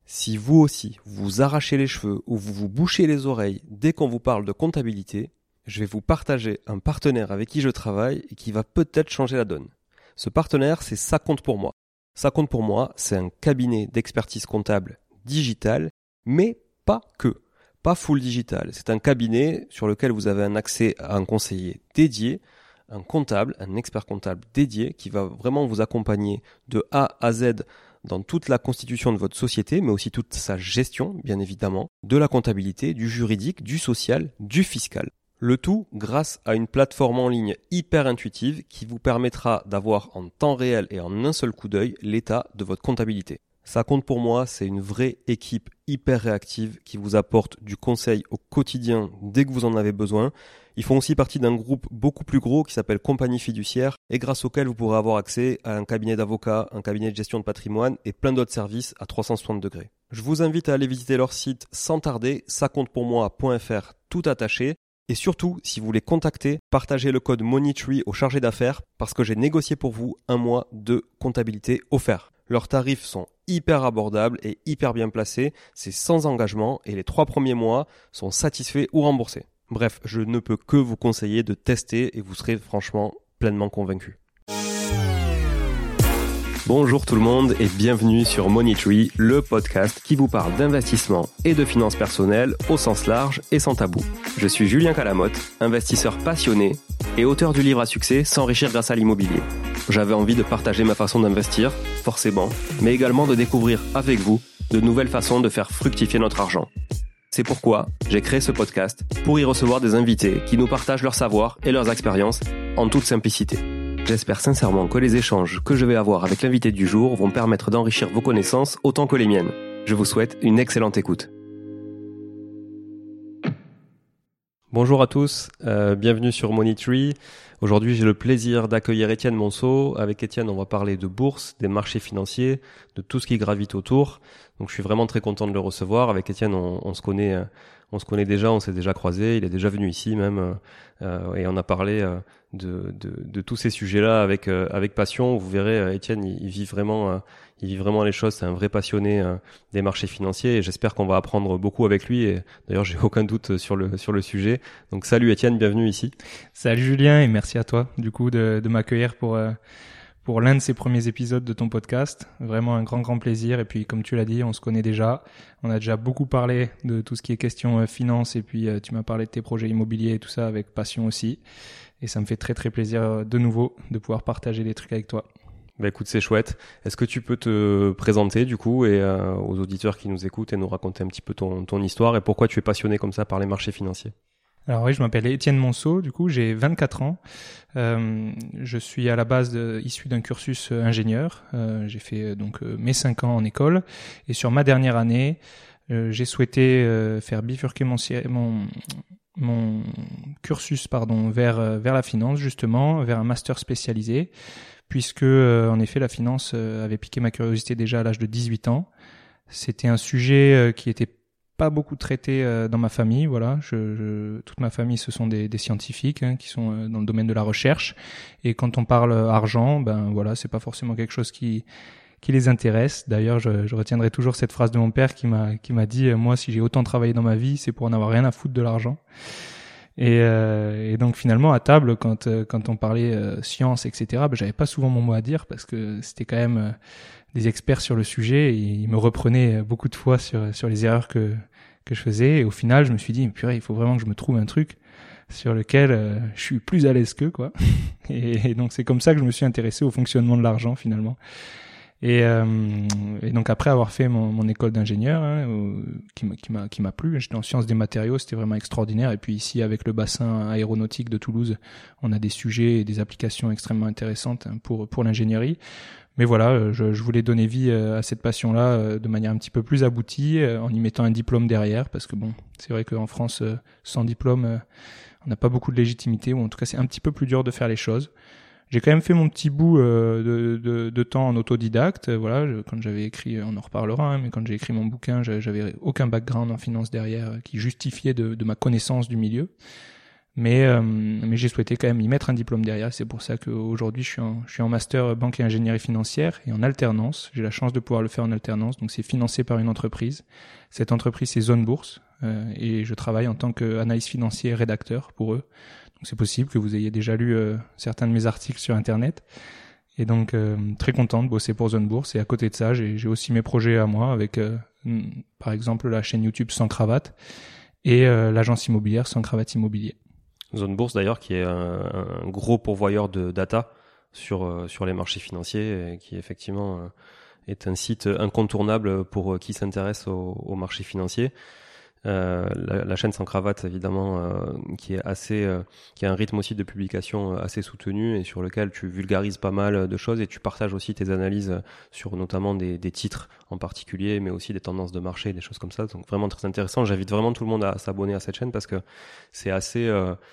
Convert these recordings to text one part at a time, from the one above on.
Si vous aussi, vous arrachez les cheveux ou vous vous bouchez les oreilles dès qu'on vous parle de comptabilité, je vais vous partager un partenaire avec qui je travaille et qui va peut-être changer la donne. Ce partenaire, c'est Ça compte pour moi. Ça compte pour moi, c'est un cabinet d'expertise comptable digital, mais pas que. Pas full digital. C'est un cabinet sur lequel vous avez un accès à un conseiller dédié, un comptable, un expert comptable dédié qui va vraiment vous accompagner de A à Z dans toute la constitution de votre société, mais aussi toute sa gestion, bien évidemment, de la comptabilité, du juridique, du social, du fiscal. Le tout grâce à une plateforme en ligne hyper intuitive qui vous permettra d'avoir en temps réel et en un seul coup d'œil l'état de votre comptabilité. Ça compte pour moi, c'est une vraie équipe hyper réactive qui vous apporte du conseil au quotidien dès que vous en avez besoin. Ils font aussi partie d'un groupe beaucoup plus gros qui s'appelle Compagnie Fiduciaire et grâce auquel vous pourrez avoir accès à un cabinet d'avocats, un cabinet de gestion de patrimoine et plein d'autres services à 360 degrés. Je vous invite à aller visiter leur site sans tarder, sacomptepourmoi.fr tout attaché. Et surtout, si vous voulez contacter, partagez le code Moneytree au chargé d'affaires parce que j'ai négocié pour vous un mois de comptabilité offert. Leurs tarifs sont hyper abordables et hyper bien placés, c'est sans engagement et les 3 premiers mois sont satisfaits ou remboursés. Bref, je ne peux que vous conseiller de tester et vous serez franchement pleinement convaincu. Bonjour tout le monde et bienvenue sur Moneytree, le podcast qui vous parle d'investissement et de finances personnelles au sens large et sans tabou. Je suis Julien Calamotte, investisseur passionné et auteur du livre à succès S'enrichir grâce à l'immobilier. J'avais envie de partager ma façon d'investir, forcément, mais également de découvrir avec vous de nouvelles façons de faire fructifier notre argent. C'est pourquoi j'ai créé ce podcast pour y recevoir des invités qui nous partagent leur savoir et leurs expériences en toute simplicité. J'espère sincèrement que les échanges que je vais avoir avec l'invité du jour vont permettre d'enrichir vos connaissances autant que les miennes. Je vous souhaite une excellente écoute. Bonjour à tous, bienvenue sur Moneytree. Aujourd'hui, j'ai le plaisir d'accueillir Étienne Monceau. Avec Étienne, on va parler de bourse, des marchés financiers, de tout ce qui gravite autour. Donc, je suis vraiment très content de le recevoir. Avec Étienne, on se connaît déjà, on s'est déjà croisés. Il est déjà venu ici même, et on a parlé de tous ces sujets-là avec passion. Vous verrez, Étienne, il vit vraiment les choses. C'est un vrai passionné des marchés financiers et j'espère qu'on va apprendre beaucoup avec lui. Et d'ailleurs, j'ai aucun doute sur le sujet. Donc, salut Étienne, bienvenue ici. Salut Julien et merci à toi du coup de m'accueillir pour l'un de ces premiers épisodes de ton podcast. Vraiment un grand plaisir. Et puis comme tu l'as dit, on se connaît déjà. On a déjà beaucoup parlé de tout ce qui est question finance et puis tu m'as parlé de tes projets immobiliers et tout ça avec passion aussi. Et ça me fait très plaisir de nouveau de pouvoir partager des trucs avec toi. Bah écoute, c'est chouette. Est-ce que tu peux te présenter du coup et aux auditeurs qui nous écoutent et nous raconter un petit peu ton histoire et pourquoi tu es passionné comme ça par les marchés financiers? Alors oui, je m'appelle Étienne Monceau, du coup j'ai 24 ans. Je suis à la base issu d'un cursus ingénieur. J'ai fait donc mes 5 ans en école et sur ma dernière année, j'ai souhaité faire bifurquer mon cursus vers la finance justement, vers un master spécialisé puisque en effet la finance avait piqué ma curiosité déjà à l'âge de 18 ans. C'était un sujet qui était pas beaucoup traité dans ma famille, voilà. Toute ma famille, ce sont des scientifiques qui sont dans le domaine de la recherche. Et quand on parle argent, ben voilà, c'est pas forcément quelque chose qui les intéresse. D'ailleurs, je retiendrai toujours cette phrase de mon père qui m'a dit moi, si j'ai autant travaillé dans ma vie, c'est pour en avoir rien à foutre de l'argent. Et donc finalement à table, quand on parlait science, etc., ben j'avais pas souvent mon mot à dire parce que c'était quand même des experts sur le sujet et ils me reprenaient beaucoup de fois sur les erreurs que je faisais. Et au final, je me suis dit, purée, il faut vraiment que je me trouve un truc sur lequel je suis plus à l'aise qu'eux, quoi. Et donc, c'est comme ça que je me suis intéressé au fonctionnement de l'argent, finalement. Et donc, après avoir fait mon école d'ingénieur, qui m'a plu, j'étais en sciences des matériaux, c'était vraiment extraordinaire. Et puis ici, avec le bassin aéronautique de Toulouse, on a des sujets et des applications extrêmement intéressantes pour l'ingénierie. Mais voilà, je voulais donner vie à cette passion-là de manière un petit peu plus aboutie, en y mettant un diplôme derrière, parce que bon, c'est vrai qu'en France, sans diplôme, on n'a pas beaucoup de légitimité, ou en tout cas c'est un petit peu plus dur de faire les choses. J'ai quand même fait mon petit bout de temps en autodidacte. Voilà, quand j'avais écrit, on en reparlera, mais quand j'ai écrit mon bouquin, j'avais aucun background en finance derrière qui justifiait de ma connaissance du milieu. Mais j'ai souhaité quand même y mettre un diplôme derrière. C'est pour ça qu'aujourd'hui, je suis en master banque et ingénierie financière et en alternance. J'ai la chance de pouvoir le faire en alternance. Donc, c'est financé par une entreprise. Cette entreprise, c'est Zone Bourse. Et je travaille en tant qu'analyste financier et rédacteur pour eux. Donc, c'est possible que vous ayez déjà lu certains de mes articles sur Internet. Et donc, très content de bosser pour Zone Bourse. Et à côté de ça, j'ai aussi mes projets à moi avec, par exemple, la chaîne YouTube Sans Cravate et l'agence immobilière Sans Cravate Immobilier. Zone Bourse d'ailleurs qui est un gros pourvoyeur de data sur les marchés financiers et qui effectivement est un site incontournable pour qui s'intéresse aux marchés financiers. La chaîne Sans Cravate évidemment qui a un rythme aussi de publication assez soutenu et sur lequel tu vulgarises pas mal de choses et tu partages aussi tes analyses sur notamment des titres en particulier mais aussi des tendances de marché, des choses comme ça, donc vraiment très intéressant. J'invite vraiment tout le monde à s'abonner à cette chaîne parce que c'est assez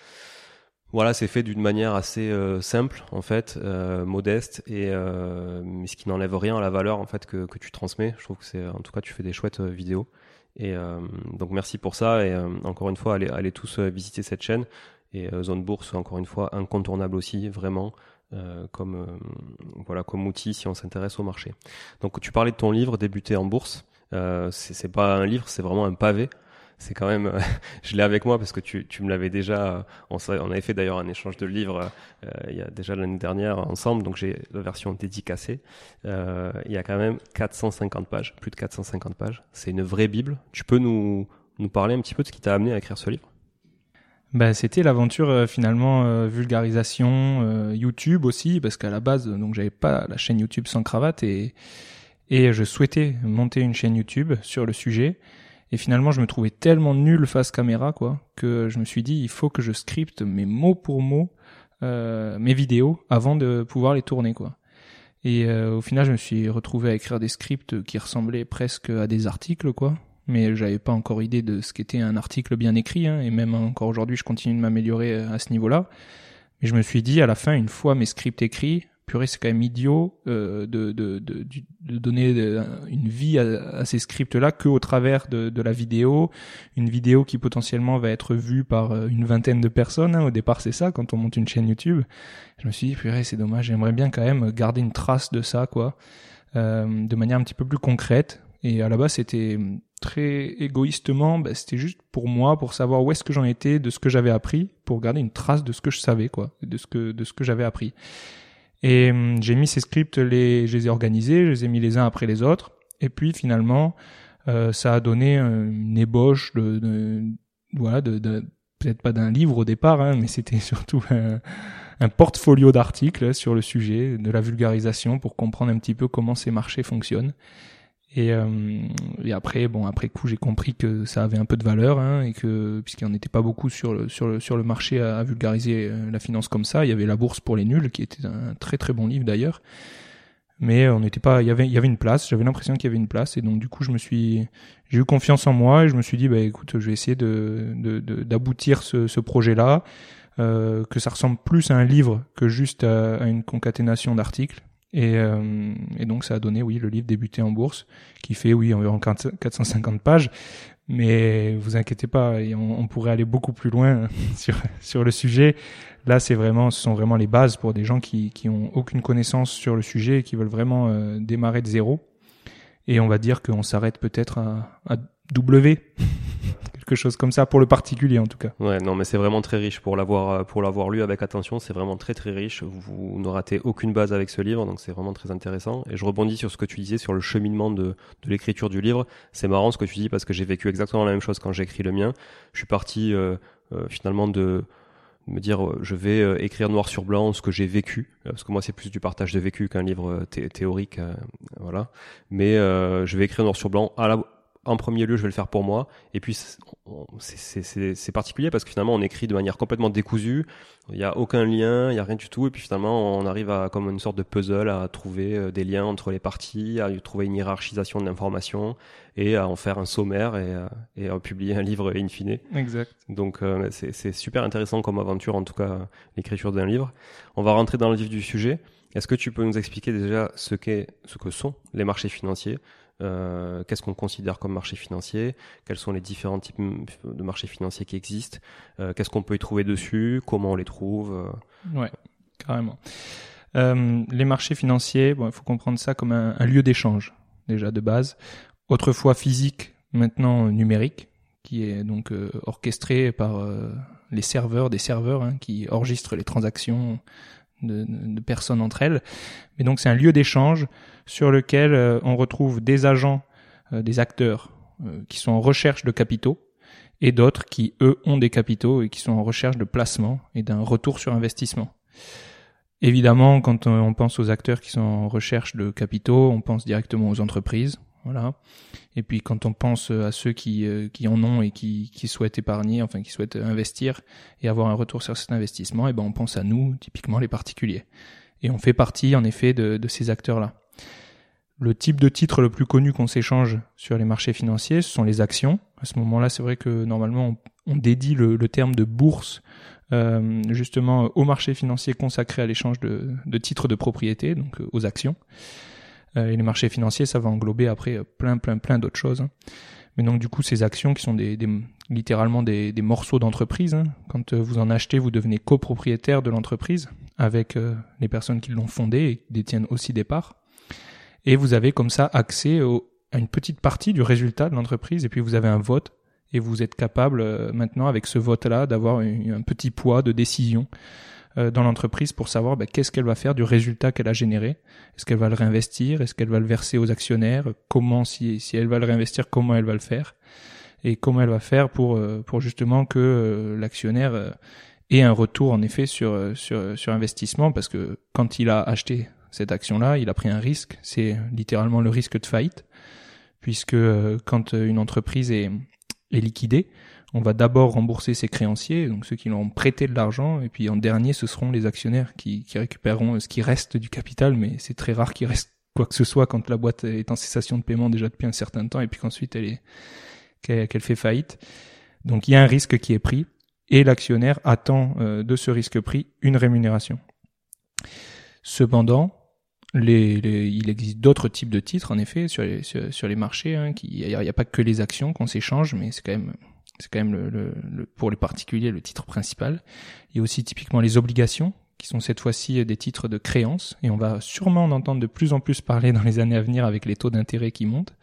voilà, c'est fait d'une manière assez simple en fait, modeste et mais ce qui n'enlève rien à la valeur en fait que tu transmets. Je trouve que en tout cas tu fais des chouettes vidéos. Et donc merci pour ça et encore une fois allez tous visiter cette chaîne et Zone Bourse encore une fois incontournable aussi vraiment comme outil si on s'intéresse au marché. Donc tu parlais de ton livre Débuter en bourse, c'est pas un livre, c'est vraiment un pavé. C'est quand même, je l'ai avec moi parce que tu me l'avais déjà, on avait fait d'ailleurs un échange de livres il y a déjà l'année dernière ensemble, donc j'ai la version dédicacée. Il y a quand même 450 pages, plus de 450 pages. C'est une vraie Bible. Tu peux nous parler un petit peu de ce qui t'a amené à écrire ce livre ? C'était l'aventure finalement vulgarisation, YouTube aussi, parce qu'à la base, donc j'avais pas la chaîne YouTube Sans Cravate et je souhaitais monter une chaîne YouTube sur le sujet. Et finalement, je me trouvais tellement nul face caméra, quoi, que je me suis dit, il faut que je scripte mes mots pour mots, mes vidéos avant de pouvoir les tourner, quoi. Et au final, je me suis retrouvé à écrire des scripts qui ressemblaient presque à des articles, quoi. Mais j'avais pas encore idée de ce qu'était un article bien écrit, hein, et même encore aujourd'hui, je continue de m'améliorer à ce niveau-là. Mais je me suis dit, à la fin, une fois mes scripts écrits, purée, c'est quand même idiot de donner une vie à ces scripts-là qu'au travers de la vidéo, une vidéo qui potentiellement va être vue par une vingtaine de personnes. Hein. Au départ, c'est ça quand on monte une chaîne YouTube. Je me suis dit, purée, c'est dommage. J'aimerais bien quand même garder une trace de ça, quoi, de manière un petit peu plus concrète. Et à la base, c'était très égoïstement, c'était juste pour moi, pour savoir où est-ce que j'en étais, de ce que j'avais appris, pour garder une trace de ce que je savais, quoi, de ce que j'avais appris. Et j'ai mis ces scripts, je les ai organisés, je les ai mis les uns après les autres. Et puis finalement, ça a donné une ébauche peut-être pas d'un livre au départ, hein, mais c'était surtout un portfolio d'articles sur le sujet, de la vulgarisation pour comprendre un petit peu comment ces marchés fonctionnent. Et après coup, j'ai compris que ça avait un peu de valeur, hein, et que puisqu'il n'y en était pas beaucoup sur le marché à vulgariser la finance comme ça, il y avait La Bourse pour les nuls, qui était un très très bon livre d'ailleurs. Mais on n'était pas, il y avait une place. J'avais l'impression qu'il y avait une place, et donc du coup, j'ai eu confiance en moi et je me suis dit, écoute, je vais essayer d'aboutir ce projet-là, que ça ressemble plus à un livre que juste à une concaténation d'articles. Et donc ça a donné, oui, le livre Débuter en bourse, qui fait, oui, environ 450 pages. Mais vous inquiétez pas, on pourrait aller beaucoup plus loin sur le sujet. Là, ce sont vraiment les bases pour des gens qui ont aucune connaissance sur le sujet et qui veulent vraiment démarrer de zéro. Et on va dire qu'on s'arrête peut-être à W. Quelque chose comme ça pour le particulier en tout cas. Ouais, non, mais c'est vraiment très riche pour l'avoir lu avec attention. C'est vraiment très très riche. Vous ne ratez aucune base avec ce livre, donc c'est vraiment très intéressant. Et je rebondis sur ce que tu disais sur le cheminement de l'écriture du livre. C'est marrant ce que tu dis parce que j'ai vécu exactement la même chose quand j'ai écrit le mien. Je suis parti finalement de me dire je vais écrire noir sur blanc ce que j'ai vécu, parce que moi c'est plus du partage de vécu qu'un livre théorique, voilà. Mais je vais écrire noir sur blanc en premier lieu, je vais le faire pour moi. Et puis, c'est particulier parce que finalement, on écrit de manière complètement décousue. Il n'y a aucun lien, il n'y a rien du tout. Et puis finalement, on arrive à, comme une sorte de puzzle, à trouver des liens entre les parties, à trouver une hiérarchisation de l'information et à en faire un sommaire et à publier un livre in fine. Exact. Donc, c'est super intéressant comme aventure, en tout cas, l'écriture d'un livre. On va rentrer dans le vif du sujet. Est-ce que tu peux nous expliquer déjà ce que sont les marchés financiers, qu'est-ce qu'on considère comme marché financier, quels sont les différents types de marchés financiers qui existent, qu'est-ce qu'on peut y trouver dessus, comment on les trouve. Ouais, carrément. Les marchés financiers, bon, il faut comprendre ça comme un lieu d'échange, déjà de base. Autrefois physique, maintenant numérique, qui est donc orchestré par des serveurs qui enregistrent les transactions de personnes entre elles. Mais donc c'est un lieu d'échange sur lequel on retrouve des agents, des acteurs qui sont en recherche de capitaux et d'autres qui, eux, ont des capitaux et qui sont en recherche de placement et d'un retour sur investissement. Évidemment, quand on pense aux acteurs qui sont en recherche de capitaux, on pense directement aux entreprises. Voilà. Et puis quand on pense à ceux qui en ont et qui souhaitent épargner, enfin qui souhaitent investir et avoir un retour sur cet investissement, et ben on pense à nous, typiquement les particuliers. Et on fait partie en effet de ces acteurs-là. Le type de titre le plus connu qu'on s'échange sur les marchés financiers, ce sont les actions. À ce moment-là, c'est vrai que normalement on dédie le terme de bourse justement au marché financier consacré à l'échange de titres de propriété, donc aux actions. Et les marchés financiers, ça va englober après plein d'autres choses. Mais donc du coup, ces actions qui sont littéralement des morceaux d'entreprise. Quand vous en achetez, vous devenez copropriétaire de l'entreprise avec les personnes qui l'ont fondée et qui détiennent aussi des parts. Et vous avez comme ça accès à une petite partie du résultat de l'entreprise. Et puis vous avez un vote. Et vous êtes capable maintenant, avec ce vote-là, d'avoir un petit poids de décision dans l'entreprise pour savoir qu'est-ce qu'elle va faire du résultat qu'elle a généré. Est-ce qu'elle va le réinvestir? Est-ce qu'elle va le verser aux actionnaires? Comment, si elle va le réinvestir, comment elle va le faire? Et comment elle va faire pour justement que l'actionnaire ait un retour en effet sur investissement, parce que quand il a acheté cette action-là, il a pris un risque. C'est littéralement le risque de faillite, puisque quand une entreprise est liquidée, on va d'abord rembourser ses créanciers, donc ceux qui l'ont prêté de l'argent, et puis en dernier, ce seront les actionnaires qui récupéreront ce qui reste du capital, mais c'est très rare qu'il reste quoi que ce soit quand la boîte est en cessation de paiement déjà depuis un certain temps, et puis qu'ensuite qu'elle fait faillite. Donc il y a un risque qui est pris, et l'actionnaire attend de ce risque pris une rémunération. Cependant, il existe d'autres types de titres, en effet, sur les marchés. Il y a pas que les actions qu'on s'échange, mais c'est quand même pour les particuliers le titre principal. Il y a aussi typiquement les obligations, qui sont cette fois-ci des titres de créance, et on va sûrement en entendre de plus en plus parler dans les années à venir avec les taux d'intérêt qui montent.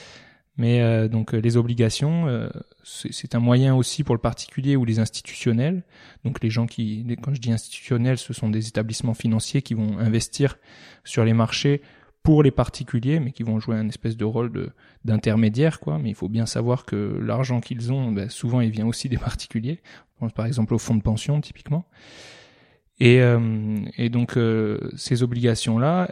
Mais donc les obligations, c'est un moyen aussi pour le particulier ou les institutionnels. Donc les gens quand je dis institutionnels, ce sont des établissements financiers qui vont investir sur les marchés pour les particuliers, mais qui vont jouer un espèce de rôle d'intermédiaire, quoi. Mais il faut bien savoir que l'argent qu'ils ont, souvent il vient aussi des particuliers. On pense par exemple aux fonds de pension, typiquement. Et donc ces obligations-là,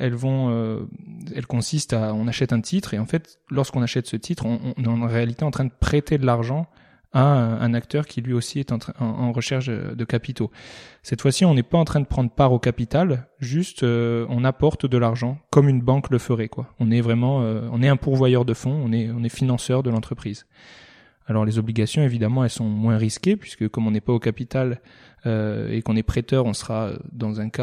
elles consistent on achète un titre, et en fait, lorsqu'on achète ce titre, on est en réalité en train de prêter de l'argent à un acteur qui lui aussi est en recherche de capitaux. Cette fois-ci, on n'est pas en train de prendre part au capital, juste on apporte de l'argent comme une banque le ferait, quoi. On est vraiment, on est un pourvoyeur de fonds, on est financeur de l'entreprise. Alors les obligations, évidemment, elles sont moins risquées, puisque comme on n'est pas au capital et qu'on est prêteur, on sera dans un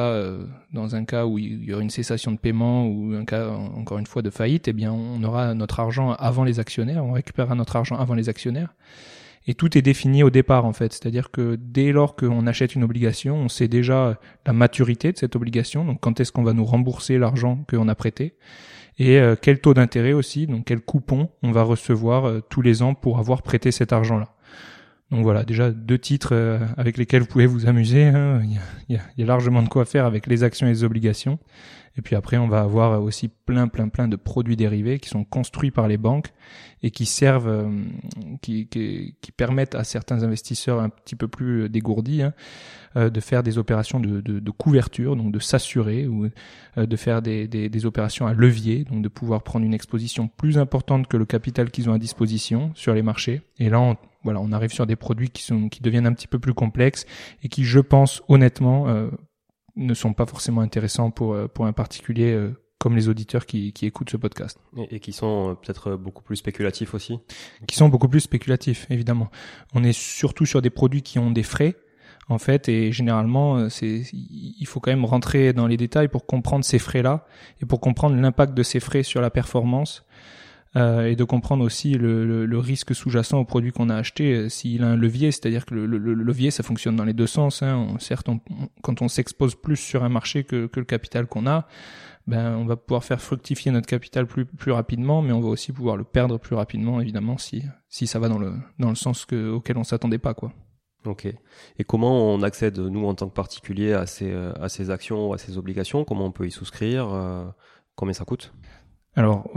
cas où il y aura une cessation de paiement ou un cas, encore une fois, de faillite, eh bien on aura notre argent avant les actionnaires, on récupérera notre argent avant les actionnaires. Et tout est défini au départ, en fait. C'est-à-dire que dès lors qu'on achète une obligation, on sait déjà la maturité de cette obligation, donc quand est-ce qu'on va nous rembourser l'argent qu'on a prêté, et quel taux d'intérêt aussi, donc quel coupon on va recevoir tous les ans pour avoir prêté cet argent-là. Donc voilà, déjà 2 titres avec lesquels vous pouvez vous amuser. Il y a largement de quoi faire avec les actions et les obligations. Et puis après, on va avoir aussi plein de produits dérivés qui sont construits par les banques et qui servent, qui permettent à certains investisseurs un petit peu plus dégourdis de faire des opérations de couverture, donc de s'assurer, ou de faire des opérations à levier, donc de pouvoir prendre une exposition plus importante que le capital qu'ils ont à disposition sur les marchés. Et là, on arrive sur des produits qui deviennent un petit peu plus complexes et qui, je pense honnêtement, ne sont pas forcément intéressants pour un particulier comme les auditeurs qui écoutent ce podcast. Et qui sont peut-être beaucoup plus spéculatifs aussi. Qui sont beaucoup plus spéculatifs, évidemment. On est surtout sur des produits qui ont des frais, en fait, et généralement, il faut quand même rentrer dans les détails pour comprendre ces frais-là et pour comprendre l'impact de ces frais sur la performance. et de comprendre aussi le risque sous-jacent au produit qu'on a acheté, s'il a un levier, c'est-à-dire que le levier, ça fonctionne dans les deux sens. Certes, quand on s'expose plus sur un marché que le capital qu'on a, on va pouvoir faire fructifier notre capital plus rapidement, mais on va aussi pouvoir le perdre plus rapidement, évidemment, si ça va dans le sens auquel on s'attendait pas, quoi. Ok. Et comment on accède, nous, en tant que particulier, à ces actions, à ces obligations? Comment on peut y souscrire? Combien ça coûte? Alors,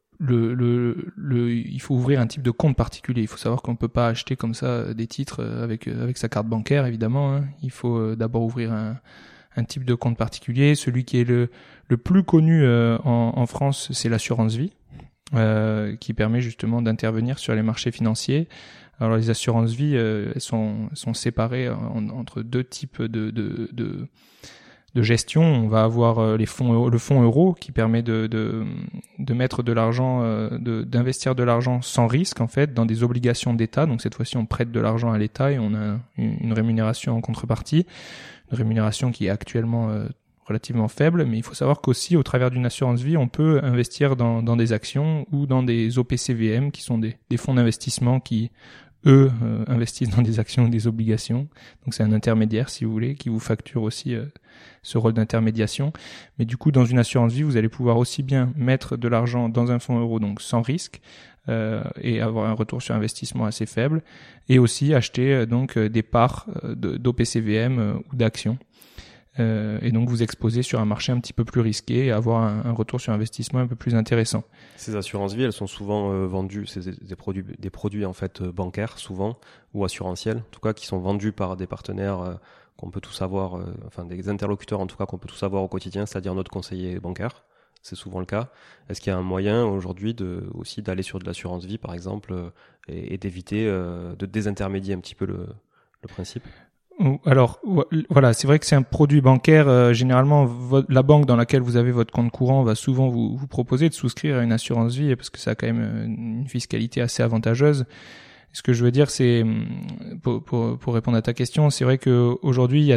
il faut ouvrir un type de compte particulier. Il faut savoir qu'on ne peut pas acheter comme ça des titres avec sa carte bancaire, évidemment. Il faut d'abord ouvrir un type de compte particulier. Celui qui est le plus connu en France, c'est l'assurance vie, qui permet justement d'intervenir sur les marchés financiers. Alors les assurances vie, elles sont séparées entre deux types de gestion. On va avoir le fonds euro qui permet de mettre de l'argent, d'investir de l'argent sans risque en fait dans des obligations d'État. Donc cette fois-ci on prête de l'argent à l'État et on a une rémunération en contrepartie, une rémunération qui est actuellement relativement faible, mais il faut savoir qu'aussi au travers d'une assurance vie on peut investir dans des actions ou dans des OPCVM qui sont des fonds d'investissement qui investissent dans des actions ou des obligations. Donc c'est un intermédiaire, si vous voulez, qui vous facture aussi ce rôle d'intermédiation. Mais du coup, dans une assurance vie, vous allez pouvoir aussi bien mettre de l'argent dans un fonds euro, donc sans risque, et avoir un retour sur investissement assez faible, et aussi acheter des parts d'OPCVM ou d'actions. Et donc vous exposer sur un marché un petit peu plus risqué et avoir un retour sur investissement un peu plus intéressant. Ces assurances vie, elles sont souvent vendues, c'est des produits en fait bancaires souvent ou assurantiels, en tout cas qui sont vendus par des partenaires qu'on peut tous avoir, enfin des interlocuteurs en tout cas qu'on peut tous avoir au quotidien, c'est-à-dire notre conseiller bancaire. C'est souvent le cas. Est-ce qu'il y a un moyen aujourd'hui aussi d'aller sur de l'assurance vie par exemple et d'éviter de désintermédier un petit peu le principe? Alors voilà, c'est vrai que c'est un produit bancaire. Généralement, la banque dans laquelle vous avez votre compte courant va souvent vous proposer de souscrire à une assurance vie parce que ça a quand même une fiscalité assez avantageuse. Ce que je veux dire, c'est pour répondre à ta question, c'est vrai que aujourd'hui il y a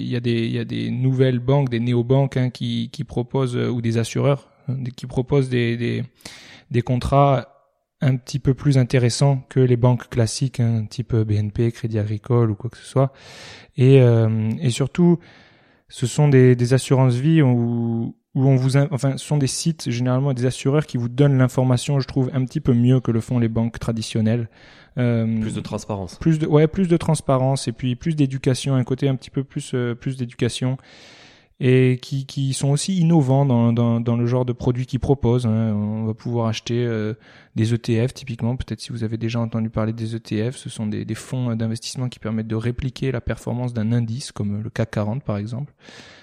des nouvelles banques, des néobanques qui proposent ou des assureurs qui proposent des contrats un petit peu plus intéressants que les banques classiques, type BNP, Crédit Agricole ou quoi que ce soit. Et surtout, ce sont des assurances vie où ce sont des sites généralement des assureurs qui vous donnent l'information, je trouve, un petit peu mieux que le font les banques traditionnelles. Plus de transparence. Plus de transparence et puis plus d'éducation, un côté un petit peu plus d'éducation. Et qui sont aussi innovants dans le genre de produits qu'ils proposent. On va pouvoir acheter des ETF typiquement. Peut-être si vous avez déjà entendu parler des ETF, ce sont des fonds d'investissement qui permettent de répliquer la performance d'un indice comme le CAC 40 par exemple.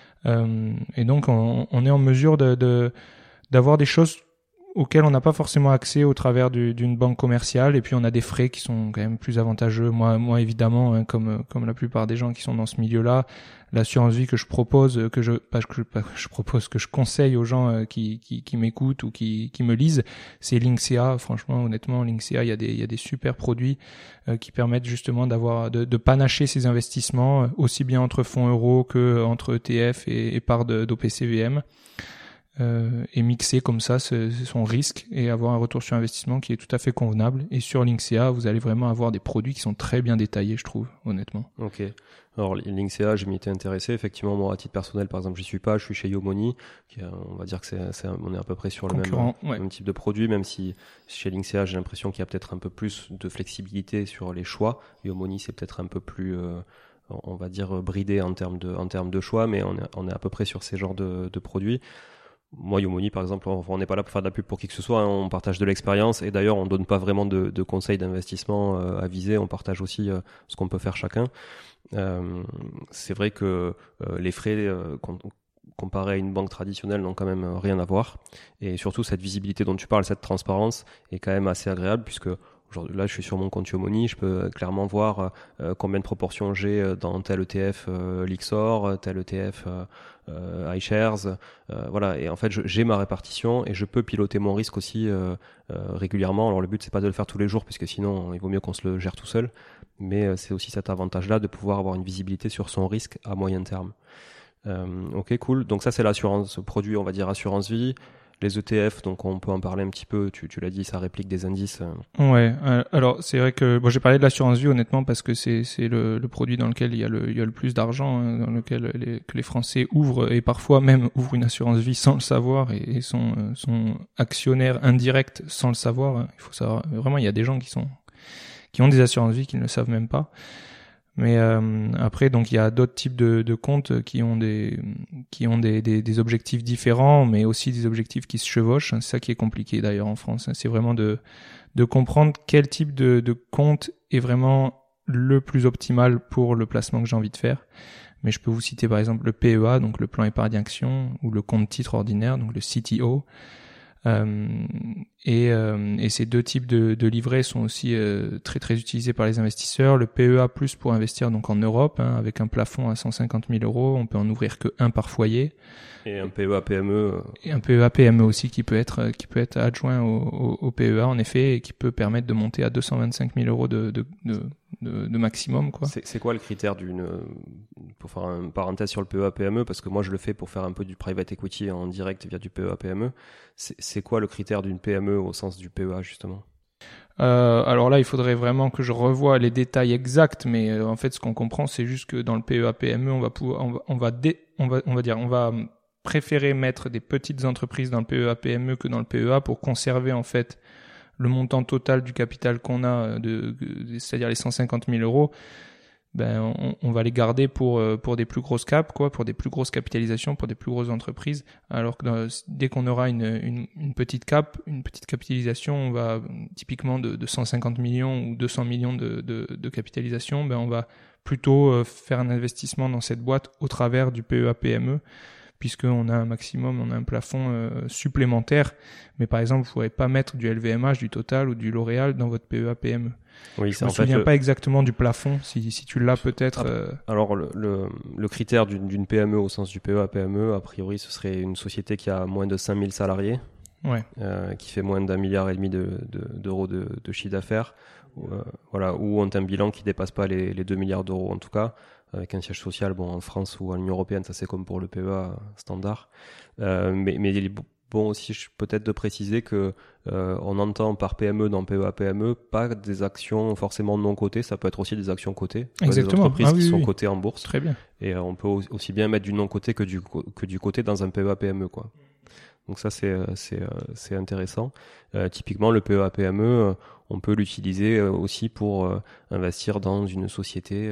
Et donc on est en mesure d'avoir des choses auxquelles on n'a pas forcément accès au travers d'une banque commerciale, et puis on a des frais qui sont quand même plus avantageux. Moi évidemment, comme la plupart des gens qui sont dans ce milieu-là, l'assurance vie que je propose, que je conseille aux gens qui m'écoutent ou qui me lisent, c'est Lynxea. Franchement, honnêtement, Lynxea, il y a des super produits qui permettent justement de panacher ces investissements aussi bien entre fonds euros que entre ETF et parts d'OPCVM. Et mixer comme ça son risque et avoir un retour sur investissement qui est tout à fait convenable. Et sur Lynxea, vous allez vraiment avoir des produits qui sont très bien détaillés, je trouve, honnêtement. Ok. Alors Lynxea, je m'y étais intéressé. Effectivement, moi, à titre personnel, par exemple, j'y suis pas. Je suis chez Yomoni, on va dire que on est à peu près sur le même type de produit, même si chez Lynxea, j'ai l'impression qu'il y a peut-être un peu plus de flexibilité sur les choix. Yomoni, c'est peut-être un peu plus on va dire bridé en termes de choix, mais on est à peu près sur ces genres de produits. Moi, Yomoni, par exemple, on n'est pas là pour faire de la pub pour qui que ce soit, on partage de l'expérience, et d'ailleurs, on donne pas vraiment de conseils d'investissement avisés, on partage aussi ce qu'on peut faire chacun. C'est vrai que les frais comparés à une banque traditionnelle n'ont quand même rien à voir, et surtout cette visibilité dont tu parles, cette transparence est quand même assez agréable, puisque aujourd'hui, là, je suis sur mon compte Yomoni, je peux clairement voir combien de proportions j'ai dans tel ETF Lixor, tel ETF iShares, voilà. Et en fait, j'ai ma répartition et je peux piloter mon risque aussi régulièrement. Alors le but, c'est pas de le faire tous les jours, puisque sinon, il vaut mieux qu'on se le gère tout seul. Mais c'est aussi cet avantage-là de pouvoir avoir une visibilité sur son risque à moyen terme. Ok, cool. Donc ça, c'est l'assurance produit, on va dire assurance vie. Les ETF, donc on peut en parler un petit peu, tu l'as dit, ça réplique des indices. Ouais, alors c'est vrai que bon, j'ai parlé de l'assurance vie honnêtement parce que c'est le produit dans lequel il y a le plus d'argent, hein, dans lequel que les Français ouvrent et parfois même ouvrent une assurance vie sans le savoir et sont actionnaires indirects sans le savoir. Il faut savoir, vraiment, il y a des gens qui ont des assurances vie qui ne le savent même pas. Mais après, donc il y a d'autres types de comptes qui ont des objectifs différents, mais aussi des objectifs qui se chevauchent. C'est ça qui est compliqué d'ailleurs en France. C'est vraiment de comprendre quel type de compte est vraiment le plus optimal pour le placement que j'ai envie de faire. Mais je peux vous citer par exemple le PEA, donc le plan épargne action, ou le compte titre ordinaire, donc le CTO. Et ces deux types de livrets sont aussi très très utilisés par les investisseurs. Le PEA+ pour investir donc en Europe, hein, avec un plafond à 150 000 €, on peut en ouvrir que un par foyer. Et un PEA PME. Et un PEA PME aussi qui peut être adjoint au PEA en effet, et qui peut permettre de monter à 225 000 € de maximum, quoi. C'est quoi le critère pour faire une parenthèse sur le PEA PME, parce que moi je le fais pour faire un peu du private equity en direct via du PEA PME. C'est quoi le critère d'une PME au sens du PEA justement? Alors là, il faudrait vraiment que je revoie les détails exacts, mais en fait, ce qu'on comprend, c'est juste que dans le PEA PME, on va préférer mettre des petites entreprises dans le PEA PME que dans le PEA pour conserver en fait le montant total du capital qu'on a, c'est-à-dire les 150 000 €. Ben on va les garder pour des plus grosses caps, quoi, pour des plus grosses capitalisations, pour des plus grosses entreprises, alors que dès qu'on aura une petite capitalisation, on va typiquement de 150 millions ou 200 millions de capitalisation, ben on va plutôt faire un investissement dans cette boîte au travers du PEA PME, puisqu'on a un plafond supplémentaire. Mais par exemple, vous ne pourrez pas mettre du LVMH, du Total ou du L'Oréal dans votre PEA PME. Oui, je ne me souviens pas exactement du plafond, si tu l'as peut-être. Alors le critère d'une PME au sens du PEA PME, a priori, ce serait une société qui a moins de 5000 salariés, ouais. Qui fait moins d'1,5 milliard d'euros de chiffre d'affaires, voilà, ou ont un bilan qui ne dépasse pas les 2 milliards d'euros en tout cas, avec un siège social, bon, en France ou en Union européenne, ça c'est comme pour le PEA standard. Mais il est bon aussi peut-être de préciser que on entend par PME dans PEA PME pas des actions forcément non cotées, ça peut être aussi des actions cotées. Exactement. Des entreprises qui sont cotées en bourse. Très bien. Et on peut aussi bien mettre du non coté que du coté dans un PEA PME, quoi. Donc ça c'est intéressant. Typiquement le PEA PME, on peut l'utiliser aussi pour investir dans une société,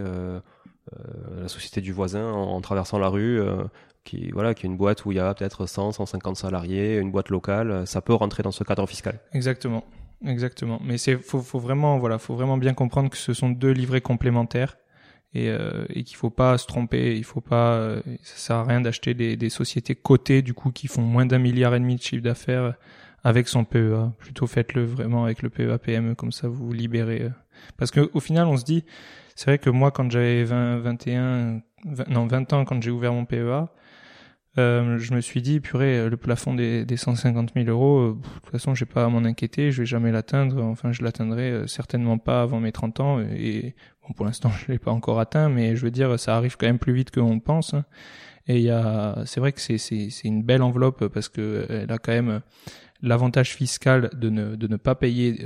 la société du voisin en traversant la rue, qui est une boîte où il y a peut-être 150 salariés, une boîte locale, ça peut rentrer dans ce cadre fiscal. Exactement. Mais faut vraiment bien comprendre que ce sont deux livrets complémentaires et qu'il faut pas se tromper, ça sert à rien d'acheter des sociétés cotées du coup qui font moins d'1,5 milliard de chiffre d'affaires avec son PEA. Plutôt faites-le vraiment avec le PEA PME, comme ça vous vous libérez. Parce que au final, on se dit, c'est vrai que moi quand j'avais 20 ans, quand j'ai ouvert mon PEA, je me suis dit, purée, le plafond des 150 000 €, de toute façon, j'ai pas à m'en inquiéter, je vais jamais l'atteindre. Enfin, je l'atteindrai certainement pas avant mes 30 ans. Et bon, pour l'instant, je l'ai pas encore atteint, mais je veux dire, ça arrive quand même plus vite qu'on pense. Et c'est vrai que c'est une belle enveloppe parce que elle a quand même l'avantage fiscal de ne pas payer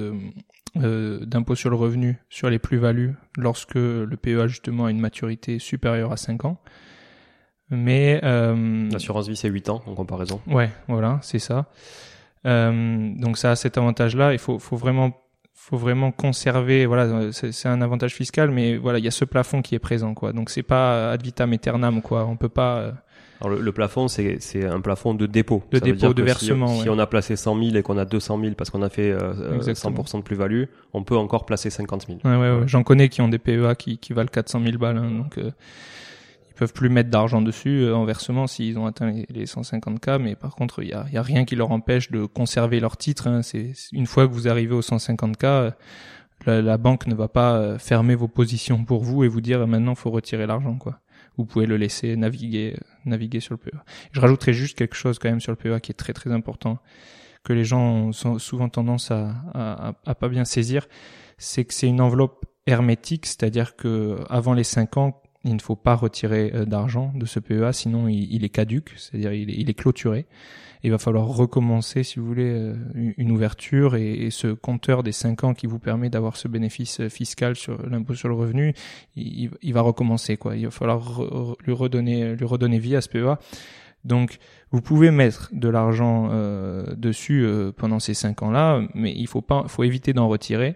d'impôt sur le revenu sur les plus-values lorsque le PEA justement a une maturité supérieure à 5 ans. Mais l'assurance vie c'est 8 ans en comparaison. Ouais, voilà, c'est ça. Donc ça a cet avantage-là. Il faut vraiment conserver. Voilà, c'est un avantage fiscal, mais voilà, il y a ce plafond qui est présent, quoi. Donc c'est pas ad vitam aeternam, quoi. On peut pas. Alors le plafond, c'est un plafond de dépôt. De dépôt, de versement. Si on a placé 100 000 et qu'on a 200 000 parce qu'on a fait 100% de plus-value, on peut encore placer 50 000. Ouais. J'en connais qui ont des PEA qui valent 400 000 balles, hein, donc ils peuvent plus mettre d'argent dessus en versement s'ils ont atteint les 150K, mais par contre, il y a rien qui leur empêche de conserver leur titre, hein. C'est une fois que vous arrivez aux 150K, la banque ne va pas fermer vos positions pour vous et vous dire maintenant faut retirer l'argent, quoi. Vous pouvez le laisser naviguer sur le PEA. Je rajouterai juste quelque chose quand même sur le PEA qui est très très important, que les gens ont souvent tendance à pas bien saisir, c'est que c'est une enveloppe hermétique, c'est-à-dire que avant les 5 ans, il ne faut pas retirer d'argent de ce PEA, sinon il est caduc, c'est-à-dire il est clôturé. Et il va falloir recommencer, si vous voulez, une ouverture, et ce compteur des 5 ans qui vous permet d'avoir ce bénéfice fiscal sur l'impôt sur le revenu, il va recommencer, quoi. Il va falloir lui redonner vie à ce PEA. Donc, vous pouvez mettre de l'argent dessus pendant ces 5 ans-là, mais faut éviter d'en retirer.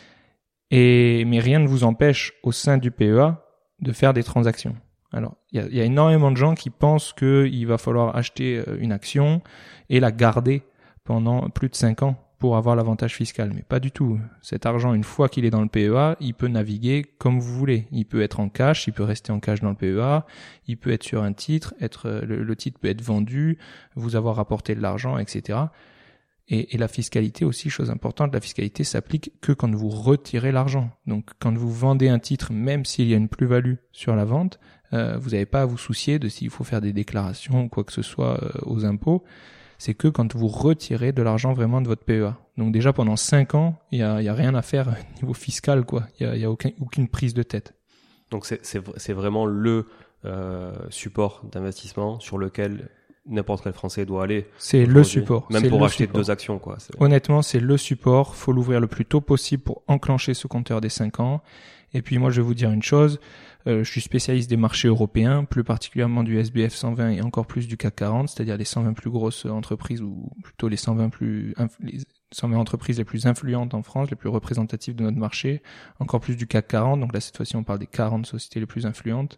Mais rien ne vous empêche au sein du PEA de faire des transactions. Alors, il y a énormément de gens qui pensent qu'il va falloir acheter une action et la garder pendant plus de 5 ans pour avoir l'avantage fiscal. Mais pas du tout. Cet argent, une fois qu'il est dans le PEA, il peut naviguer comme vous voulez. Il peut être en cash, il peut rester en cash dans le PEA, il peut être sur un titre, le titre peut être vendu, vous avoir rapporté de l'argent, etc. Et la fiscalité aussi, chose importante, la fiscalité s'applique que quand vous retirez l'argent. Donc quand vous vendez un titre, même s'il y a une plus-value sur la vente, vous n'avez pas à vous soucier de s'il faut faire des déclarations ou quoi que ce soit aux impôts. C'est que quand vous retirez de l'argent vraiment de votre PEA. Donc déjà pendant 5 ans, il y a rien à faire au niveau fiscal, quoi. Il y a aucune prise de tête. Donc c'est vraiment le support d'investissement sur lequel n'importe quel Français doit aller. C'est le support. Même pour acheter 2 actions, quoi. Honnêtement, c'est le support. Faut l'ouvrir le plus tôt possible pour enclencher ce compteur des 5 ans. Et puis moi, je vais vous dire une chose. Je suis spécialiste des marchés européens, plus particulièrement du SBF 120 et encore plus du CAC 40, c'est-à-dire les 120 plus grosses entreprises, ou plutôt les 120 entreprises les plus influentes en France, les plus représentatives de notre marché, encore plus du CAC 40. Donc là, cette fois-ci, on parle des 40 sociétés les plus influentes.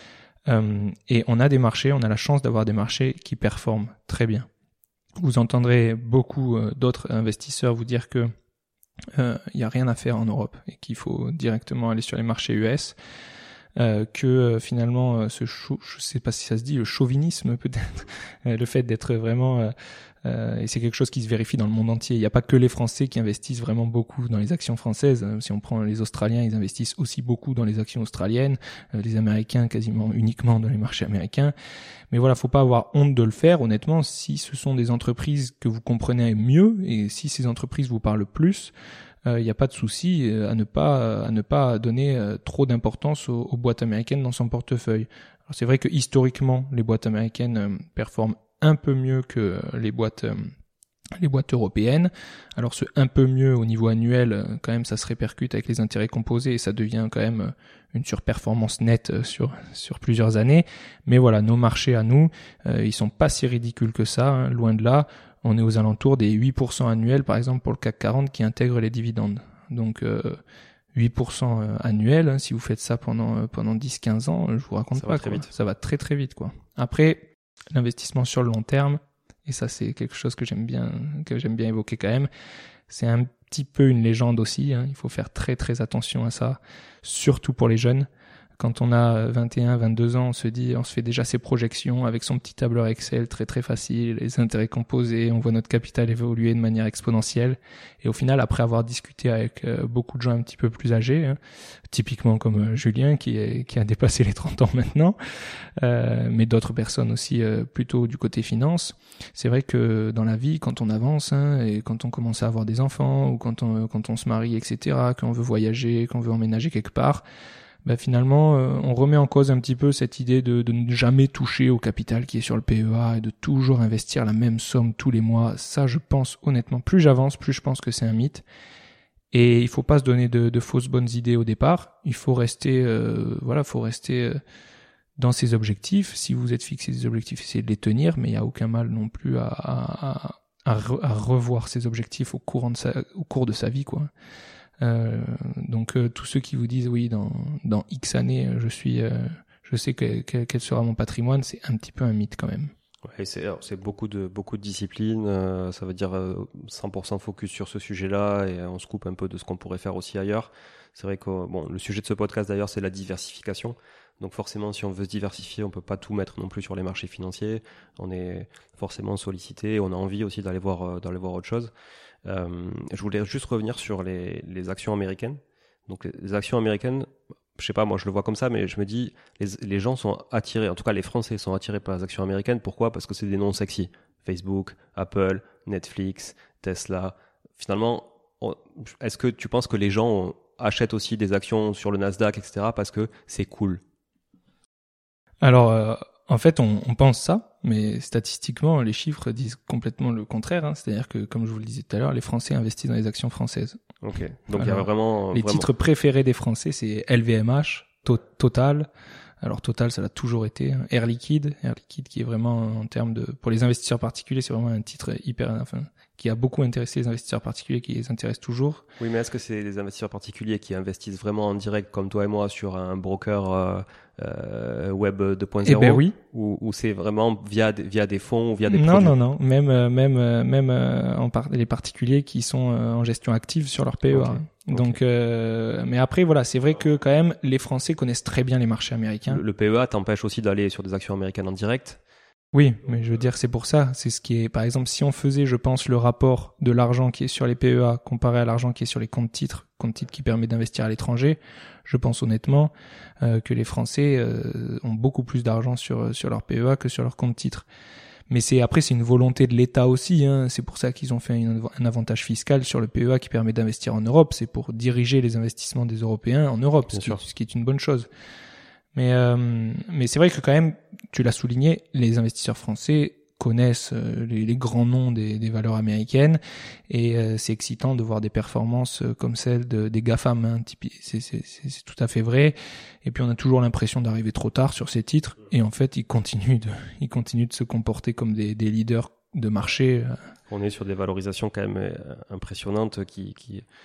Et on a la chance d'avoir des marchés qui performent très bien. Vous entendrez beaucoup d'autres investisseurs vous dire que y a rien à faire en Europe et qu'il faut directement aller sur les marchés US, que finalement je sais pas si ça se dit, le chauvinisme peut-être, le fait d'être vraiment et c'est quelque chose qui se vérifie dans le monde entier. Il n'y a pas que les Français qui investissent vraiment beaucoup dans les actions françaises. Si on prend les Australiens, ils investissent aussi beaucoup dans les actions australiennes, les Américains quasiment uniquement dans les marchés américains. Mais voilà, faut pas avoir honte de le faire. Honnêtement, si ce sont des entreprises que vous comprenez mieux et si ces entreprises vous parlent plus, il n'y a pas de souci à ne pas donner trop d'importance aux boîtes américaines dans son portefeuille. Alors c'est vrai que historiquement, les boîtes américaines performent un peu mieux que les boîtes européennes. Alors ce un peu mieux au niveau annuel, quand même, ça se répercute avec les intérêts composés et ça devient quand même une surperformance nette sur plusieurs années. Mais voilà, nos marchés à nous, ils sont pas si ridicules que ça, hein, loin de là. On est aux alentours des 8% annuels, par exemple, pour le CAC 40 qui intègre les dividendes. Donc 8% annuels, hein, si vous faites ça pendant 10-15 ans, je vous raconte pas, quoi. Ça va très très vite, quoi. Après, l'investissement sur le long terme, et ça c'est quelque chose que j'aime bien évoquer quand même, c'est un petit peu une légende aussi, hein. Il faut faire très très attention à ça, surtout pour les jeunes. Quand on a 21, 22 ans, on se fait déjà ses projections avec son petit tableur Excel très très facile, les intérêts composés, on voit notre capital évoluer de manière exponentielle. Et au final, après avoir discuté avec beaucoup de gens un petit peu plus âgés, hein, typiquement comme Julien qui a dépassé les 30 ans maintenant, mais d'autres personnes aussi plutôt du côté finance, c'est vrai que dans la vie, quand on avance, hein, et quand on commence à avoir des enfants, ou quand on se marie, etc., quand on veut voyager, quand on veut emménager quelque part, finalement, on remet en cause un petit peu cette idée de ne jamais toucher au capital qui est sur le PEA et de toujours investir la même somme tous les mois. Ça, je pense honnêtement, plus j'avance, plus je pense que c'est un mythe. Et il faut pas se donner de fausses bonnes idées au départ. Il faut rester, dans ses objectifs. Si vous êtes fixé des objectifs, essayez de les tenir, mais il y a aucun mal non plus à revoir ses objectifs au cours de sa vie, quoi. Donc tous ceux qui vous disent oui dans X années je sais quel sera mon patrimoine, c'est un petit peu un mythe quand même. Ouais, c'est beaucoup de discipline, ça veut dire 100% focus sur ce sujet-là et on se coupe un peu de ce qu'on pourrait faire aussi ailleurs. C'est vrai que le sujet de ce podcast d'ailleurs c'est la diversification. Donc forcément si on veut se diversifier, on peut pas tout mettre non plus sur les marchés financiers. On est forcément sollicité, on a envie aussi d'aller voir autre chose. Je voulais juste revenir sur les actions américaines. Donc les actions américaines, je sais pas, moi je le vois comme ça, mais je me dis les gens sont attirés, en tout cas les Français sont attirés par les actions américaines. Pourquoi ? Parce que c'est des noms sexy. Facebook, Apple, Netflix, Tesla. Finalement, est-ce que tu penses que les gens achètent aussi des actions sur le Nasdaq, etc. parce que c'est cool ? Alors, en fait, on pense ça, mais statistiquement, les chiffres disent complètement le contraire. C'est-à-dire que, comme je vous le disais tout à l'heure, les Français investissent dans les actions françaises. Ok. Donc il y a vraiment les titres préférés des Français, c'est LVMH, Total. Alors Total, ça l'a toujours été. Air Liquide qui est vraiment en termes de, pour les investisseurs particuliers, c'est vraiment un titre qui a beaucoup intéressé les investisseurs particuliers, qui les intéresse toujours. Oui, mais est-ce que c'est les investisseurs particuliers qui investissent vraiment en direct, comme toi et moi, sur un broker web 2.0? Eh ben oui. Ou c'est vraiment via des fonds ou via des produits? Non. Même les particuliers qui sont en gestion active sur leur PEA. Okay. Donc, mais après, voilà, c'est vrai que quand même, les Français connaissent très bien les marchés américains. Le PEA t'empêche aussi d'aller sur des actions américaines en direct? Oui, mais je veux dire, c'est pour ça. C'est ce qui est, par exemple, si on faisait, je pense, le rapport de l'argent qui est sur les PEA comparé à l'argent qui est sur les comptes titres qui permet d'investir à l'étranger, je pense honnêtement que les Français ont beaucoup plus d'argent sur leur PEA que sur leur compte titres. Mais c'est une volonté de l'État aussi. C'est pour ça qu'ils ont fait un avantage fiscal sur le PEA qui permet d'investir en Europe. C'est pour diriger les investissements des Européens en Europe, ce qui est une bonne chose. Mais c'est vrai que quand même, tu l'as souligné, les investisseurs français connaissent les grands noms des valeurs américaines et c'est excitant de voir des performances comme celles des GAFAM. C'est tout à fait vrai. Et puis on a toujours l'impression d'arriver trop tard sur ces titres et en fait ils continuent de se comporter comme des leaders de marché. On est sur des valorisations quand même impressionnantes qui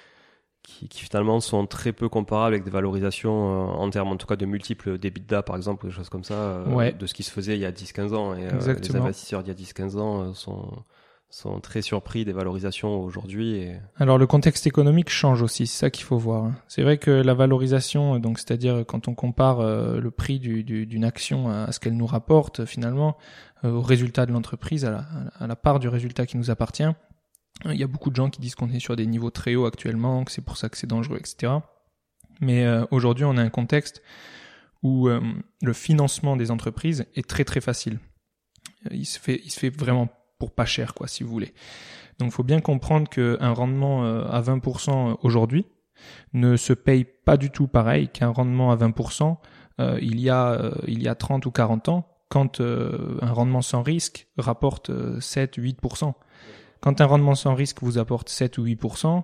finalement sont très peu comparables avec des valorisations en termes en tout cas de multiples d'EBITDA par exemple, des choses comme ça, de ce qui se faisait il y a 10-15 ans. Et les investisseurs d'il y a 10-15 ans sont très surpris des valorisations aujourd'hui. Alors le contexte économique change aussi, c'est ça qu'il faut voir. C'est vrai que la valorisation, donc c'est-à-dire quand on compare le prix d'une action à ce qu'elle nous rapporte finalement, au résultat de l'entreprise, à la part du résultat qui nous appartient, il y a beaucoup de gens qui disent qu'on est sur des niveaux très hauts actuellement, que c'est pour ça que c'est dangereux, etc. Mais aujourd'hui, on a un contexte où le financement des entreprises est très très facile. Il se fait vraiment pour pas cher, quoi, si vous voulez. Donc, il faut bien comprendre qu'un rendement à 20% aujourd'hui ne se paye pas du tout pareil qu'un rendement à 20% il y a 30 ou 40 ans, quand un rendement sans risque rapporte 7-8%. Quand un rendement sans risque vous apporte 7 ou 8%,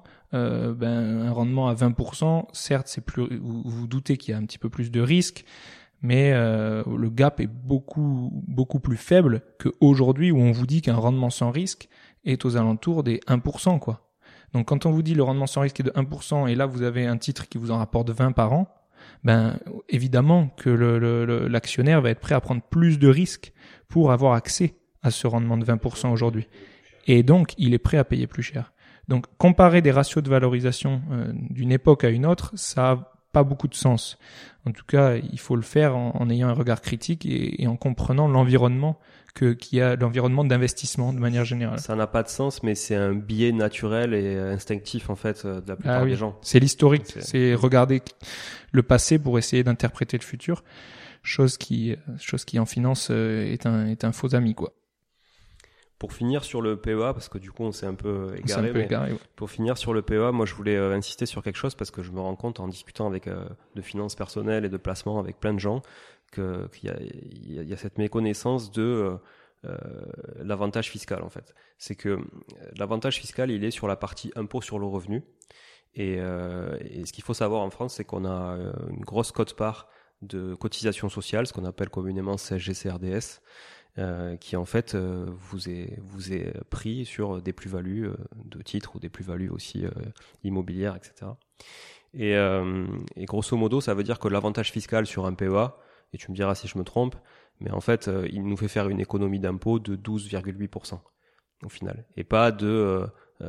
un rendement à 20%, certes, c'est plus, vous doutez qu'il y a un petit peu plus de risque, mais le gap est beaucoup plus faible qu'aujourd'hui où on vous dit qu'un rendement sans risque est aux alentours des 1%, quoi. Donc quand on vous dit le rendement sans risque est de 1% et là vous avez un titre qui vous en rapporte 20 par an, évidemment que l'actionnaire va être prêt à prendre plus de risques pour avoir accès à ce rendement de 20% aujourd'hui. Et donc, il est prêt à payer plus cher. Donc, comparer des ratios de valorisation d'une époque à une autre, ça n'a pas beaucoup de sens. En tout cas, il faut le faire en ayant un regard critique et en comprenant l'environnement qu'il y a, l'environnement d'investissement de manière générale. Ça n'a pas de sens, mais c'est un biais naturel et instinctif, en fait, de la plupart des gens. C'est l'historique. C'est regarder le passé pour essayer d'interpréter le futur. Chose qui en finance est un faux ami, quoi. Pour finir sur le PEA, parce que du coup on s'est un peu égaré, ouais. Pour finir sur le PEA, moi je voulais insister sur quelque chose parce que je me rends compte en discutant avec de finances personnelles et de placement avec plein de gens qu'il y a cette méconnaissance de l'avantage fiscal en fait. C'est que l'avantage fiscal il est sur la partie impôt sur le revenu et ce qu'il faut savoir en France c'est qu'on a une grosse quote-part de cotisation sociale, ce qu'on appelle communément CSG-CRDS. Qui en fait vous est pris sur des plus-values de titres ou des plus-values aussi immobilières, etc. Et grosso modo, ça veut dire que l'avantage fiscal sur un PEA, et tu me diras si je me trompe, mais en fait, il nous fait faire une économie d'impôt de 12,8% au final, et pas de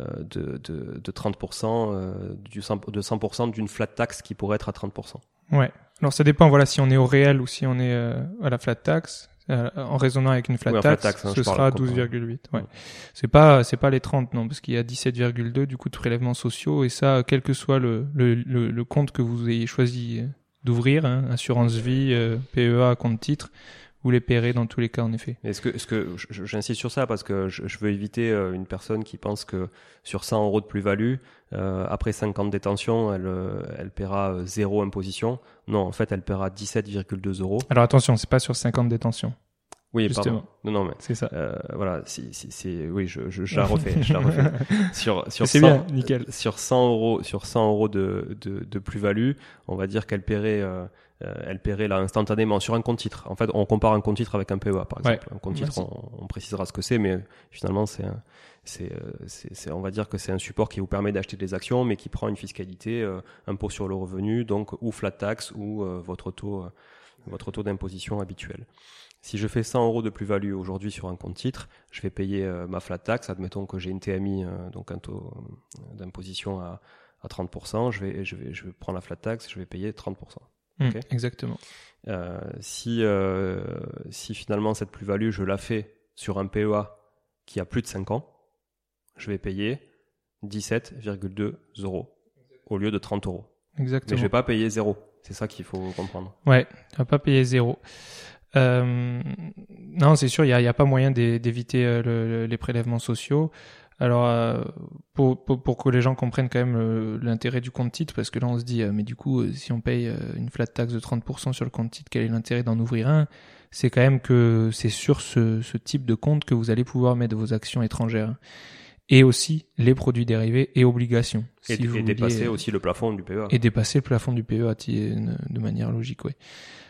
30%, de 100% d'une flat tax qui pourrait être à 30%. Ouais. Alors ça dépend, voilà, si on est au réel ou si on est à la flat tax. En raisonnant avec une flat tax, ce sera 12,8. Ouais. C'est pas les 30, non, parce qu'il y a 17,2 du coup de prélèvements sociaux et ça, quel que soit le compte que vous ayez choisi d'ouvrir, assurance vie, PEA, compte titre, vous les paierez dans tous les cas, en effet. Est-ce que j'insiste sur ça parce que je veux éviter une personne qui pense que sur 100 euros de plus-value, après 5 ans de détention, elle paiera 0 imposition. Non, en fait, elle paiera 17,2 euros. Alors attention, c'est pas sur 5 ans de détention. Oui, justement. pardon. Non, mais c'est ça. Voilà, oui, je la refais. Sur c'est 100, bien, nickel. Sur 100 euros de plus-value, on va dire qu'elle paierait, elle paierait là instantanément sur un compte titre. En fait, on compare un compte titre avec un PEA, par exemple. Un compte titre, on précisera ce que c'est, mais finalement, on va dire que c'est un support qui vous permet d'acheter des actions, mais qui prend une fiscalité, impôt sur le revenu, donc ou flat tax ou votre taux d'imposition habituel. Si je fais 100 euros de plus-value aujourd'hui sur un compte titre, je vais payer ma flat tax. Admettons que j'ai une TMI, donc un taux d'imposition à 30%. Je vais prendre la flat tax, je vais payer 30%. Okay. Exactement. Si finalement cette plus-value, je la fais sur un PEA qui a plus de 5 ans, je vais payer 17,2 euros au lieu de 30 euros. Exactement. Mais je vais pas payer 0. C'est ça qu'il faut comprendre. Ouais, tu vas pas payer 0. Non, c'est sûr, il y a pas moyen d'éviter les prélèvements sociaux. Alors, pour que les gens comprennent quand même l'intérêt du compte titre, parce que là on se dit, mais du coup, si on paye une flat tax de 30% sur le compte titre, quel est l'intérêt d'en ouvrir un? C'est quand même que c'est sur ce type de compte que vous allez pouvoir mettre vos actions étrangères. Et aussi les produits dérivés et obligations. Et dépasser aussi le plafond du PEA. Et dépasser le plafond du PEA de manière logique, oui.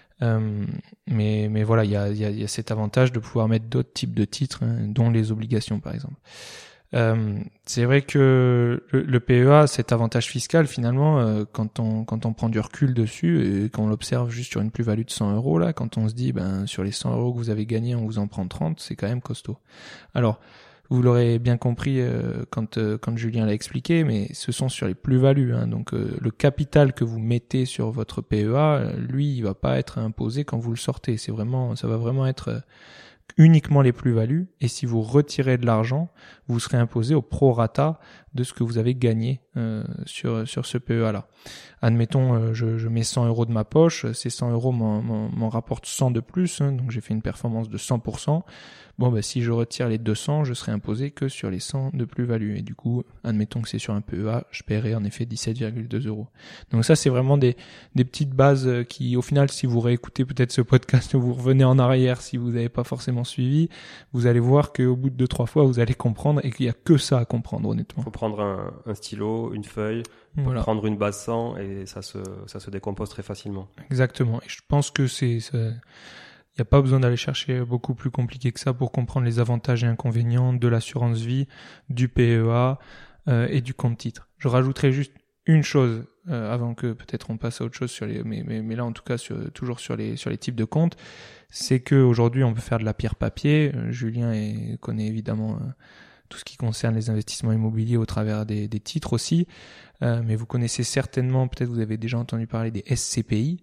Mais voilà, il y a cet avantage de pouvoir mettre d'autres types de titres, dont les obligations par exemple. C'est vrai que le PEA, cet avantage fiscal finalement, quand on prend du recul dessus et qu'on l'observe juste sur une plus-value de 100 euros là, quand on se dit sur les 100 euros que vous avez gagnés, on vous en prend 30, c'est quand même costaud. Alors vous l'aurez bien compris quand Julien l'a expliqué, mais ce sont sur les plus-values. Donc le capital que vous mettez sur votre PEA, lui, il va pas être imposé quand vous le sortez. Ça va vraiment être uniquement les plus-values. Et si vous retirez de l'argent, vous serez imposé au prorata de ce que vous avez gagné sur ce PEA-là. Admettons, je mets 100 euros de ma poche, ces 100 euros m'en rapportent 100 de plus, donc j'ai fait une performance de 100%. Si je retire les 200, je serai imposé que sur les 100 de plus-value. Et du coup, admettons que c'est sur un PEA, je paierai en effet 17,2 euros. Donc ça, c'est vraiment des petites bases qui, au final, si vous réécoutez peut-être ce podcast ou vous revenez en arrière, si vous n'avez pas forcément suivi, vous allez voir qu'au bout de 2-3 fois, vous allez comprendre et qu'il n'y a que ça à comprendre, honnêtement. Il faut prendre un stylo, une feuille, voilà. Prendre une base 100 et ça se décompose très facilement. Exactement. Et je pense que il n'y a pas besoin d'aller chercher beaucoup plus compliqué que ça pour comprendre les avantages et inconvénients de l'assurance vie, du PEA et du compte titre. Je rajouterai juste une chose avant que peut-être on passe à autre chose sur mais là en tout cas toujours sur les types de comptes, c'est que aujourd'hui on peut faire de la pierre papier. Julien connaît évidemment tout ce qui concerne les investissements immobiliers au travers des titres aussi, mais vous connaissez certainement, peut-être vous avez déjà entendu parler des SCPI.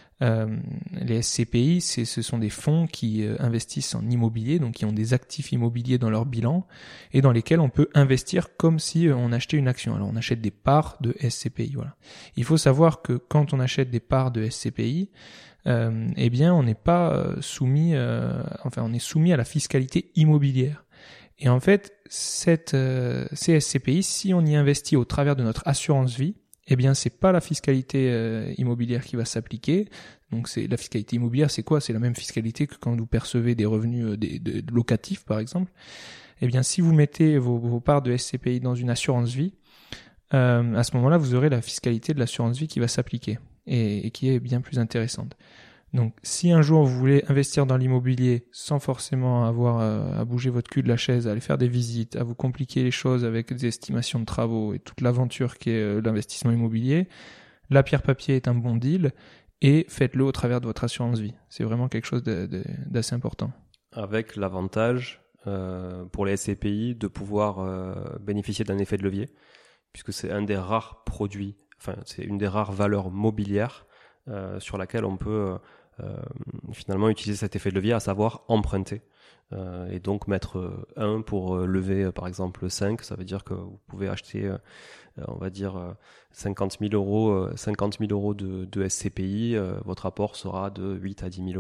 Les SCPI, ce sont des fonds qui investissent en immobilier, donc qui ont des actifs immobiliers dans leur bilan et dans lesquels on peut investir comme si on achetait une action. Alors on achète des parts de SCPI, voilà. Il faut savoir que quand on achète des parts de SCPI, eh bien on n'est pas soumis, on est soumis à la fiscalité immobilière. Et en fait, ces SCPI, si on y investit au travers de notre assurance vie, eh bien, c'est pas la fiscalité immobilière qui va s'appliquer. Donc, la fiscalité immobilière, c'est quoi? C'est la même fiscalité que quand vous percevez des revenus locatifs, par exemple. Eh bien, si vous mettez vos parts de SCPI dans une assurance vie, à ce moment-là, vous aurez la fiscalité de l'assurance vie qui va s'appliquer et qui est bien plus intéressante. Donc, si un jour vous voulez investir dans l'immobilier sans forcément avoir à bouger votre cul de la chaise, à aller faire des visites, à vous compliquer les choses avec des estimations de travaux et toute l'aventure qui est l'investissement immobilier, la pierre papier est un bon deal et faites-le au travers de votre assurance vie. C'est vraiment quelque chose d'assez important. Avec l'avantage pour les SCPI de pouvoir bénéficier d'un effet de levier, puisque c'est un des rares produits, c'est une des rares valeurs mobilières sur laquelle on peut finalement utiliser cet effet de levier, à savoir emprunter et donc mettre 1 pour lever par exemple 5. Ça veut dire que vous pouvez acheter on va dire 50 000 euros de SCPI, votre apport sera de 8 à 10 000 euros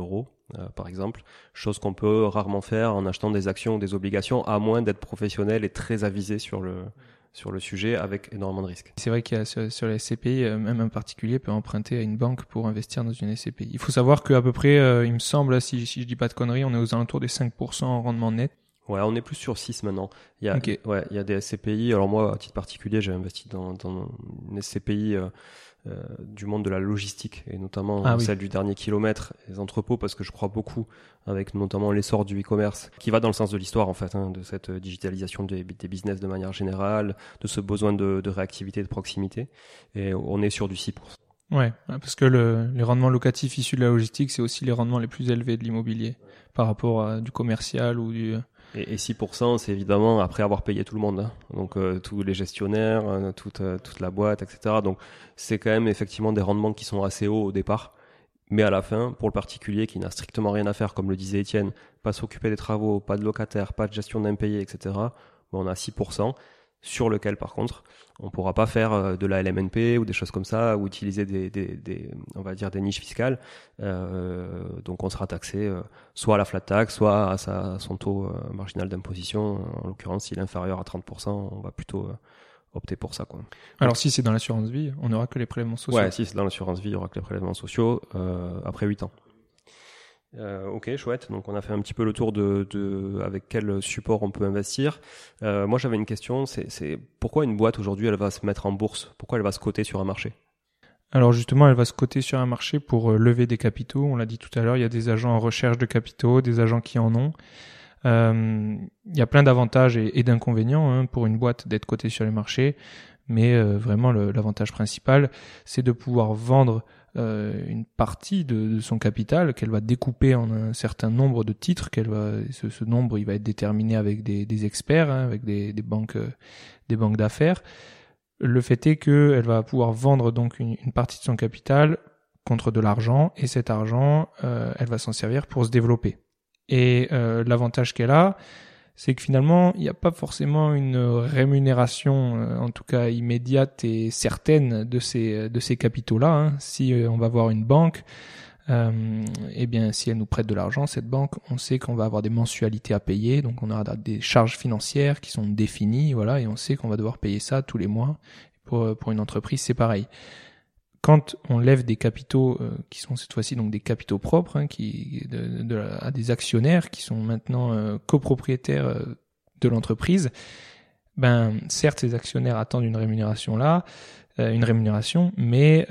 par exemple, chose qu'on peut rarement faire en achetant des actions ou des obligations, à moins d'être professionnel et très avisé sur le sujet avec énormément de risques. C'est vrai qu'il y a sur les SCPI, même un particulier peut emprunter à une banque pour investir dans une SCPI. Il faut savoir qu'à peu près, il me semble, si je dis pas de conneries, on est aux alentours des 5% en rendement net. Ouais, on est plus sur 6 maintenant. Il Ok. y a des SCPI. Alors moi, à titre particulier, j'ai investi dans une SCPI du monde de la logistique et notamment celle du dernier kilomètre, les entrepôts, parce que je crois beaucoup avec notamment l'essor du e-commerce qui va dans le sens de l'histoire en fait, de cette digitalisation des business de manière générale, de ce besoin de réactivité, de proximité. Et on est sur du 6%. Ouais, parce que les rendements locatifs issus de la logistique, c'est aussi les rendements les plus élevés de l'immobilier par rapport à du commercial ou du... Et 6%, c'est évidemment après avoir payé tout le monde, hein. Donc tous les gestionnaires, toute la boîte, etc. Donc c'est quand même effectivement des rendements qui sont assez hauts au départ. Mais à la fin, pour le particulier qui n'a strictement rien à faire, comme le disait Étienne, pas s'occuper des travaux, pas de locataire, pas de gestion d'impayés, etc., on a 6%. Sur lequel, par contre, on pourra pas faire de la LMNP ou des choses comme ça, ou utiliser on va dire des niches fiscales. Donc, on sera taxé soit à la flat tax, soit à son taux marginal d'imposition. En l'occurrence, s'il est inférieur à 30%, on va plutôt opter pour ça, quoi. Alors, si c'est dans l'assurance vie, on n'aura que les prélèvements sociaux. Ouais, si c'est dans l'assurance vie, il y aura que les prélèvements sociaux après 8 ans. Ok, chouette. Donc on a fait un petit peu le tour de avec quel support on peut investir. Moi j'avais une question, c'est pourquoi une boîte aujourd'hui elle va se mettre en bourse? Pourquoi elle va se coter sur un marché? Alors justement, elle va se coter sur un marché pour lever des capitaux. On l'a dit tout à l'heure, il y a des agents en recherche de capitaux, des agents qui en ont. Il y a plein d'avantages et d'inconvénients pour une boîte d'être cotée sur les marchés, mais vraiment l'avantage principal, c'est de pouvoir vendre une partie de son capital qu'elle va découper en un certain nombre de titres. Ce nombre il va être déterminé avec des experts, avec des banques d'affaires. Le fait est qu'elle va pouvoir vendre donc une partie de son capital contre de l'argent, et cet argent, elle va s'en servir pour se développer. Et l'avantage qu'elle a, c'est que finalement, il n'y a pas forcément une rémunération, en tout cas immédiate et certaine de ces capitaux-là. Si on va voir une banque, eh bien, si elle nous prête de l'argent, cette banque, on sait qu'on va avoir des mensualités à payer, donc on aura des charges financières qui sont définies, voilà, et on sait qu'on va devoir payer ça tous les mois. Pour une entreprise, c'est pareil. Quand on lève des capitaux qui sont cette fois-ci donc des capitaux propres, à des actionnaires qui sont maintenant copropriétaires de l'entreprise, ben certes ces actionnaires attendent une rémunération mais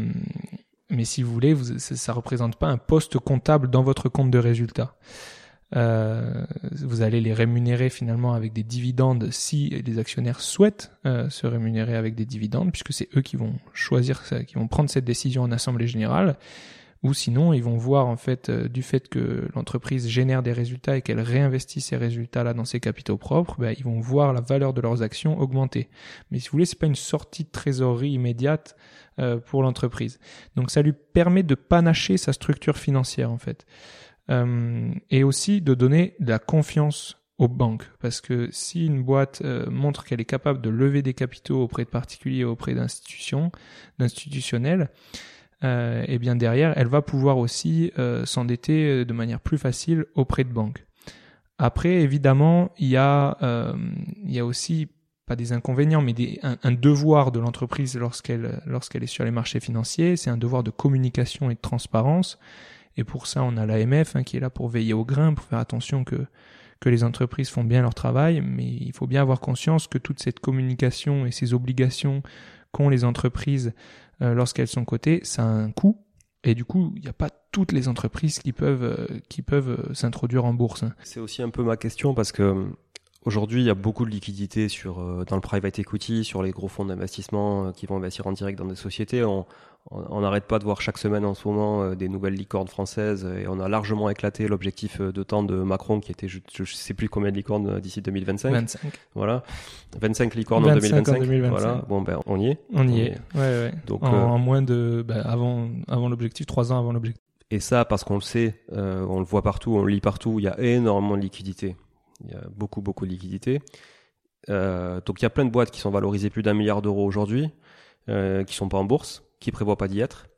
si vous voulez, ça représente pas un poste comptable dans votre compte de résultat. Vous allez les rémunérer finalement avec des dividendes si les actionnaires souhaitent se rémunérer avec des dividendes, puisque c'est eux qui vont choisir, qui vont prendre cette décision en assemblée générale, ou sinon ils vont voir en fait du fait que l'entreprise génère des résultats et qu'elle réinvestit ces résultats-là dans ses capitaux propres, ils vont voir la valeur de leurs actions augmenter. Mais si vous voulez, c'est pas une sortie de trésorerie immédiate pour l'entreprise. Donc ça lui permet de panacher sa structure financière en fait. Et aussi de donner de la confiance aux banques, parce que si une boîte montre qu'elle est capable de lever des capitaux auprès de particuliers, auprès d'institutionnels, et bien derrière, elle va pouvoir aussi s'endetter de manière plus facile auprès de banques. Après, évidemment, il y a aussi pas des inconvénients, mais un devoir de l'entreprise lorsqu'elle est sur les marchés financiers, c'est un devoir de communication et de transparence. Et pour ça, on a l'AMF qui est là pour veiller au grain, pour faire attention que les entreprises font bien leur travail. Mais il faut bien avoir conscience que toute cette communication et ces obligations qu'ont les entreprises lorsqu'elles sont cotées, ça a un coût. Et du coup, il n'y a pas toutes les entreprises qui peuvent s'introduire en bourse. C'est aussi un peu ma question parce que aujourd'hui, il y a beaucoup de liquidités dans le private equity, sur les gros fonds d'investissement qui vont investir en direct dans des sociétés. On n'arrête pas de voir chaque semaine en ce moment des nouvelles licornes françaises et on a largement éclaté l'objectif de temps de Macron qui était, je sais plus combien de licornes d'ici 2025. 25. Voilà. 25 licornes en 2025. 2025. Voilà. Bon, on y est. On y est. Ouais. Donc, en moins de, avant l'objectif, 3 ans avant l'objectif. Et ça, parce qu'on le sait, on le voit partout, on le lit partout, il y a énormément de liquidités. Il y a beaucoup de liquidités. Donc il y a plein de boîtes qui sont valorisées plus d'1 milliard d'euros aujourd'hui, qui sont pas en bourse, qui prévoient pas d'y être.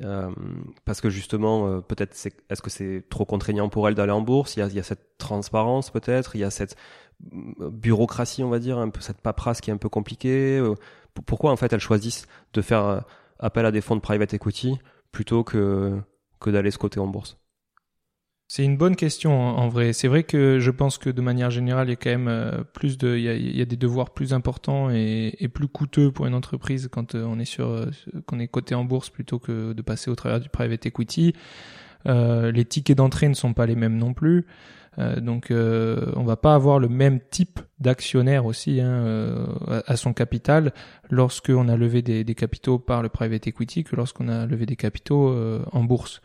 parce que justement, peut-être est-ce que c'est trop contraignant pour elles d'aller en bourse? Il y a cette transparence peut-être, il y a cette bureaucratie, on va dire, un peu cette paperasse qui est un peu compliquée. Pourquoi en fait elles choisissent de faire appel à des fonds de private equity plutôt que d'aller se coter en bourse? C'est une bonne question en vrai. C'est vrai que je pense que de manière générale, il y a quand même il y a des devoirs plus importants et plus coûteux pour une entreprise quand on est qu'on est coté en bourse plutôt que de passer au travers du private equity. Les tickets d'entrée ne sont pas les mêmes non plus. Donc on va pas avoir le même type d'actionnaire aussi à son capital lorsqu'on a levé des capitaux par le private equity que lorsqu'on a levé des capitaux en bourse.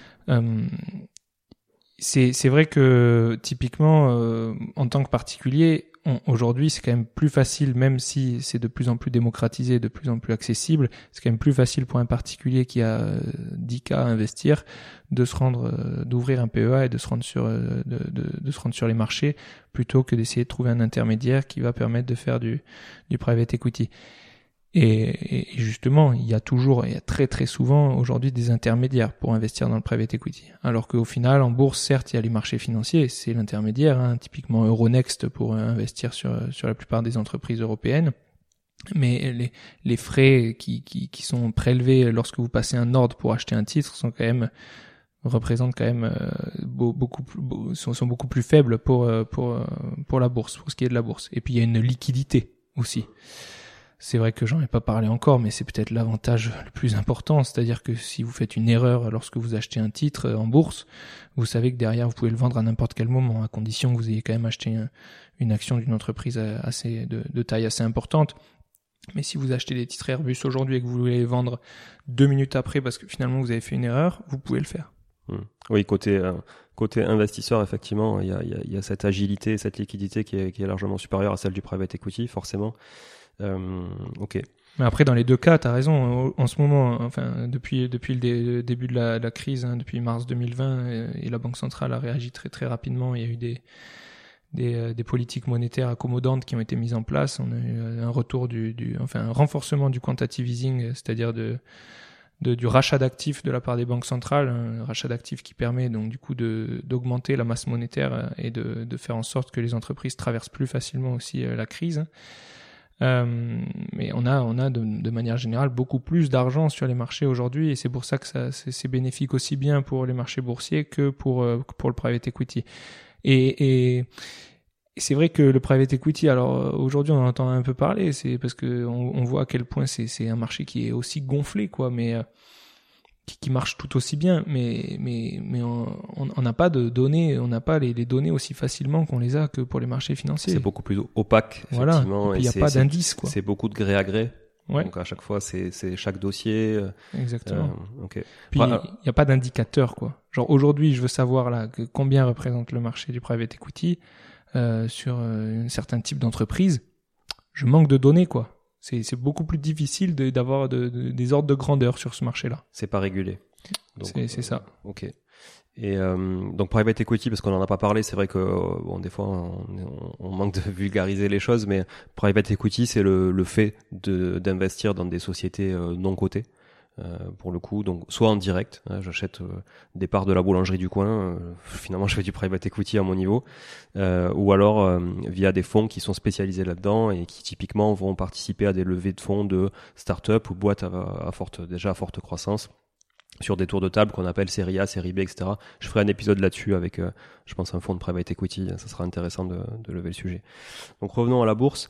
C'est vrai que typiquement en tant que particulier, aujourd'hui c'est quand même plus facile, même si c'est de plus en plus démocratisé, de plus en plus accessible, c'est quand même plus facile pour un particulier qui a 10K à investir de se rendre, d'ouvrir un PEA et de se rendre de se rendre sur les marchés plutôt que d'essayer de trouver un intermédiaire qui va permettre de faire du private equity. Et justement, il y a très très souvent aujourd'hui des intermédiaires pour investir dans le private equity. Alors qu'au final, en bourse, certes, il y a les marchés financiers, c'est l'intermédiaire, typiquement Euronext pour investir sur la plupart des entreprises européennes. Mais les frais qui sont prélevés lorsque vous passez un ordre pour acheter un titre représentent quand même sont beaucoup plus faibles pour la bourse, pour ce qui est de la bourse. Et puis il y a une liquidité aussi. C'est vrai que j'en ai pas parlé encore, mais c'est peut-être l'avantage le plus important, c'est-à-dire que si vous faites une erreur lorsque vous achetez un titre en bourse, vous savez que derrière vous pouvez le vendre à n'importe quel moment, à condition que vous ayez quand même acheté une action d'une entreprise de taille assez importante. Mais si vous achetez des titres Airbus aujourd'hui et que vous voulez les vendre 2 minutes après parce que finalement vous avez fait une erreur, vous pouvez le faire. Oui, côté investisseur, effectivement, il y a cette agilité, cette liquidité qui est largement supérieure à celle du private equity, forcément. Ok. Mais après, dans les deux cas, t'as raison. En ce moment, enfin, depuis le début de la crise, depuis mars 2020, et la Banque centrale a réagi très très rapidement. Il y a eu des politiques monétaires accommodantes qui ont été mises en place. On a eu un retour un renforcement du quantitative easing, c'est-à-dire du rachat d'actifs de la part des banques centrales, un rachat d'actifs qui permet donc du coup d'augmenter la masse monétaire et de faire en sorte que les entreprises traversent plus facilement aussi la crise. Mais on a de manière générale beaucoup plus d'argent sur les marchés aujourd'hui et c'est pour ça que c'est bénéfique aussi bien pour les marchés boursiers que pour le private equity. Et c'est vrai que le private equity, alors aujourd'hui on en entend un peu parler, c'est parce que on voit à quel point c'est un marché qui est aussi gonflé, quoi, mais qui marche tout aussi bien, mais on n'a pas de données, on n'a pas les données aussi facilement qu'on les a que pour les marchés financiers. C'est beaucoup plus opaque, effectivement. Voilà. Il n'y a pas d'indice, quoi. C'est beaucoup de gré à gré. Ouais. Donc à chaque fois, c'est chaque dossier. Exactement. Okay. Puis il n'y a pas d'indicateur, quoi. Genre aujourd'hui, je veux savoir là combien représente le marché du private equity sur un certain type d'entreprise. Je manque de données, quoi. C'est beaucoup plus difficile d'avoir des ordres de grandeur sur ce marché-là. C'est pas régulé. Donc, c'est ça. Ok. Et donc private equity, parce qu'on en a pas parlé, c'est vrai que des fois on manque de vulgariser les choses, mais private equity, c'est le fait d'investir dans des sociétés non cotées. Pour le coup, donc soit en direct, j'achète des parts de la boulangerie du coin, finalement je fais du private equity à mon niveau, ou alors via des fonds qui sont spécialisés là-dedans et qui typiquement vont participer à des levées de fonds de start-up ou boîtes à forte croissance sur des tours de table qu'on appelle série A, série B, etc. Je ferai un épisode là-dessus avec, je pense, un fonds de private equity. Ça sera intéressant de lever le sujet. Donc revenons à la bourse.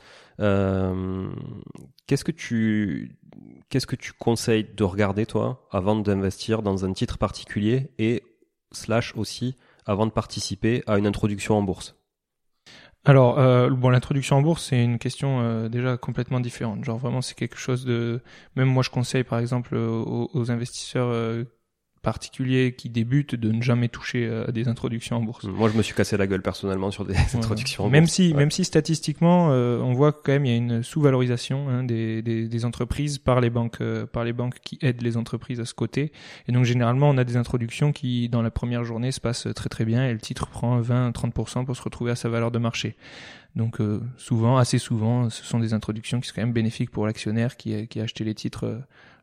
Qu'est-ce que tu conseilles de regarder, toi, avant d'investir dans un titre particulier et / aussi avant de participer à une introduction en bourse? Alors, l'introduction en bourse, c'est une question déjà complètement différente. Genre vraiment, c'est quelque chose de... Même moi, je conseille, par exemple, aux investisseurs particuliers qui débutent de ne jamais toucher à des introductions en bourse. Moi, je me suis cassé la gueule personnellement sur des introductions en même bourse. Même si statistiquement, on voit que quand même il y a une sous-valorisation des entreprises par les banques qui aident les entreprises à se coter. Et donc généralement, on a des introductions qui, dans la première journée, se passent très très bien et le titre prend 20-30% pour se retrouver à sa valeur de marché. Donc assez souvent, ce sont des introductions qui sont quand même bénéfiques pour l'actionnaire qui a acheté les titres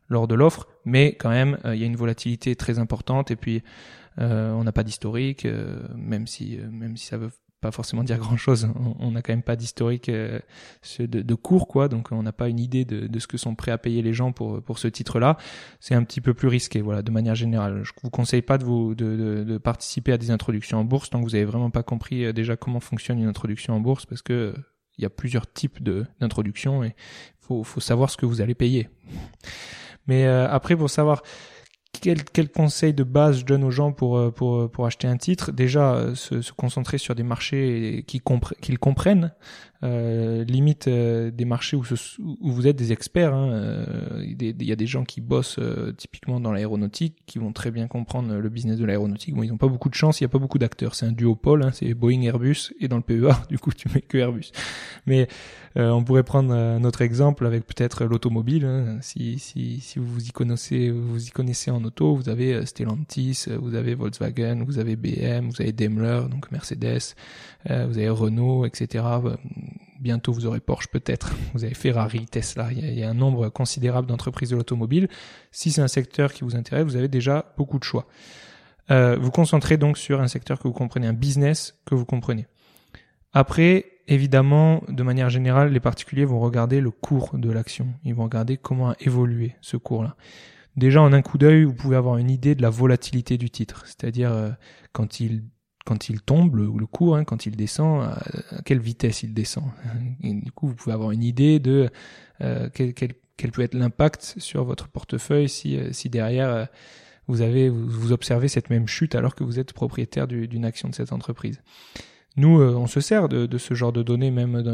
lors de l'offre, mais quand même, il y a une volatilité très importante et puis on n'a pas d'historique, même si ça veut pas forcément dire grand-chose. On n'a quand même pas d'historique de cours, quoi. Donc on n'a pas une idée de ce que sont prêts à payer les gens pour ce titre-là. C'est un petit peu plus risqué, voilà, de manière générale. Je vous conseille pas de participer à des introductions en bourse tant que vous avez vraiment pas compris déjà comment fonctionne une introduction en bourse, parce que il y a plusieurs types d'introductions et faut savoir ce que vous allez payer. Mais après, pour savoir quel conseil de base je donne aux gens pour acheter un titre, déjà se concentrer sur des marchés qu'ils comprennent, limite des marchés où vous êtes des experts, hein. Il y a des gens qui bossent typiquement dans l'aéronautique, qui vont très bien comprendre le business de l'aéronautique. Bon, ils n'ont pas beaucoup de chance, il n'y a pas beaucoup d'acteurs, c'est un duopole, hein, c'est Boeing, Airbus, et dans le PEA, du coup tu mets que Airbus. Mais on pourrait prendre un autre exemple avec peut-être l'automobile, hein. Si vous y connaissez en auto, vous avez Stellantis, vous avez Volkswagen, vous avez BM, vous avez Daimler, donc Mercedes, vous avez Renault, etc. Bientôt vous aurez Porsche peut-être, vous avez Ferrari, Tesla, il y a un nombre considérable d'entreprises de l'automobile. Si c'est un secteur qui vous intéresse, vous avez déjà beaucoup de choix. Vous concentrez donc sur un secteur que vous comprenez, un business que vous comprenez. Après, évidemment, de manière générale, les particuliers vont regarder le cours de l'action. Ils vont regarder comment a évolué ce cours-là. Déjà, en un coup d'œil, vous pouvez avoir une idée de la volatilité du titre. C'est-à-dire, quand il tombe, le cours, hein, quand il descend, à quelle vitesse il descend. Et du coup, vous pouvez avoir une idée de quel peut être l'impact sur votre portefeuille si derrière vous observez cette même chute alors que vous êtes propriétaire d'une action de cette entreprise. Nous, on se sert de ce genre de données même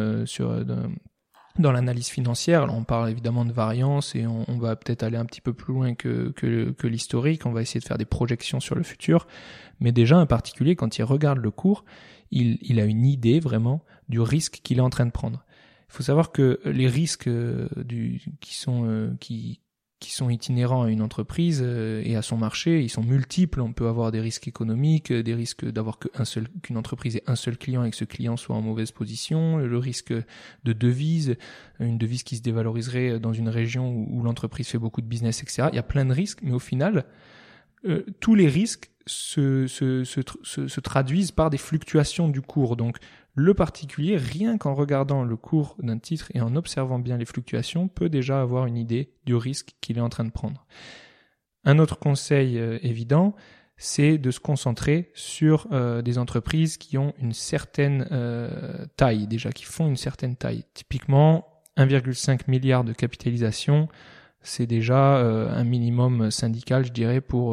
dans l'analyse financière. Alors, on parle évidemment de variance et on va peut-être aller un petit peu plus loin que l'historique. On va essayer de faire des projections sur le futur. Mais déjà, un particulier, quand il regarde le cours, il a une idée vraiment du risque qu'il est en train de prendre. Il faut savoir que les risques qui sont itinérants à une entreprise et à son marché, ils sont multiples. On peut avoir des risques économiques, des risques d'avoir qu'une entreprise ait un seul client et que ce client soit en mauvaise position, le risque de devise, une devise qui se dévaloriserait dans une région où l'entreprise fait beaucoup de business, etc. Il y a plein de risques, mais au final, tous les risques se traduisent par des fluctuations du cours. Donc, le particulier, rien qu'en regardant le cours d'un titre et en observant bien les fluctuations, peut déjà avoir une idée du risque qu'il est en train de prendre. Un autre conseil évident, c'est de se concentrer sur des entreprises qui ont une certaine taille, déjà qui font une certaine taille. Typiquement, 1,5 milliard de capitalisation, c'est déjà un minimum syndical, je dirais, pour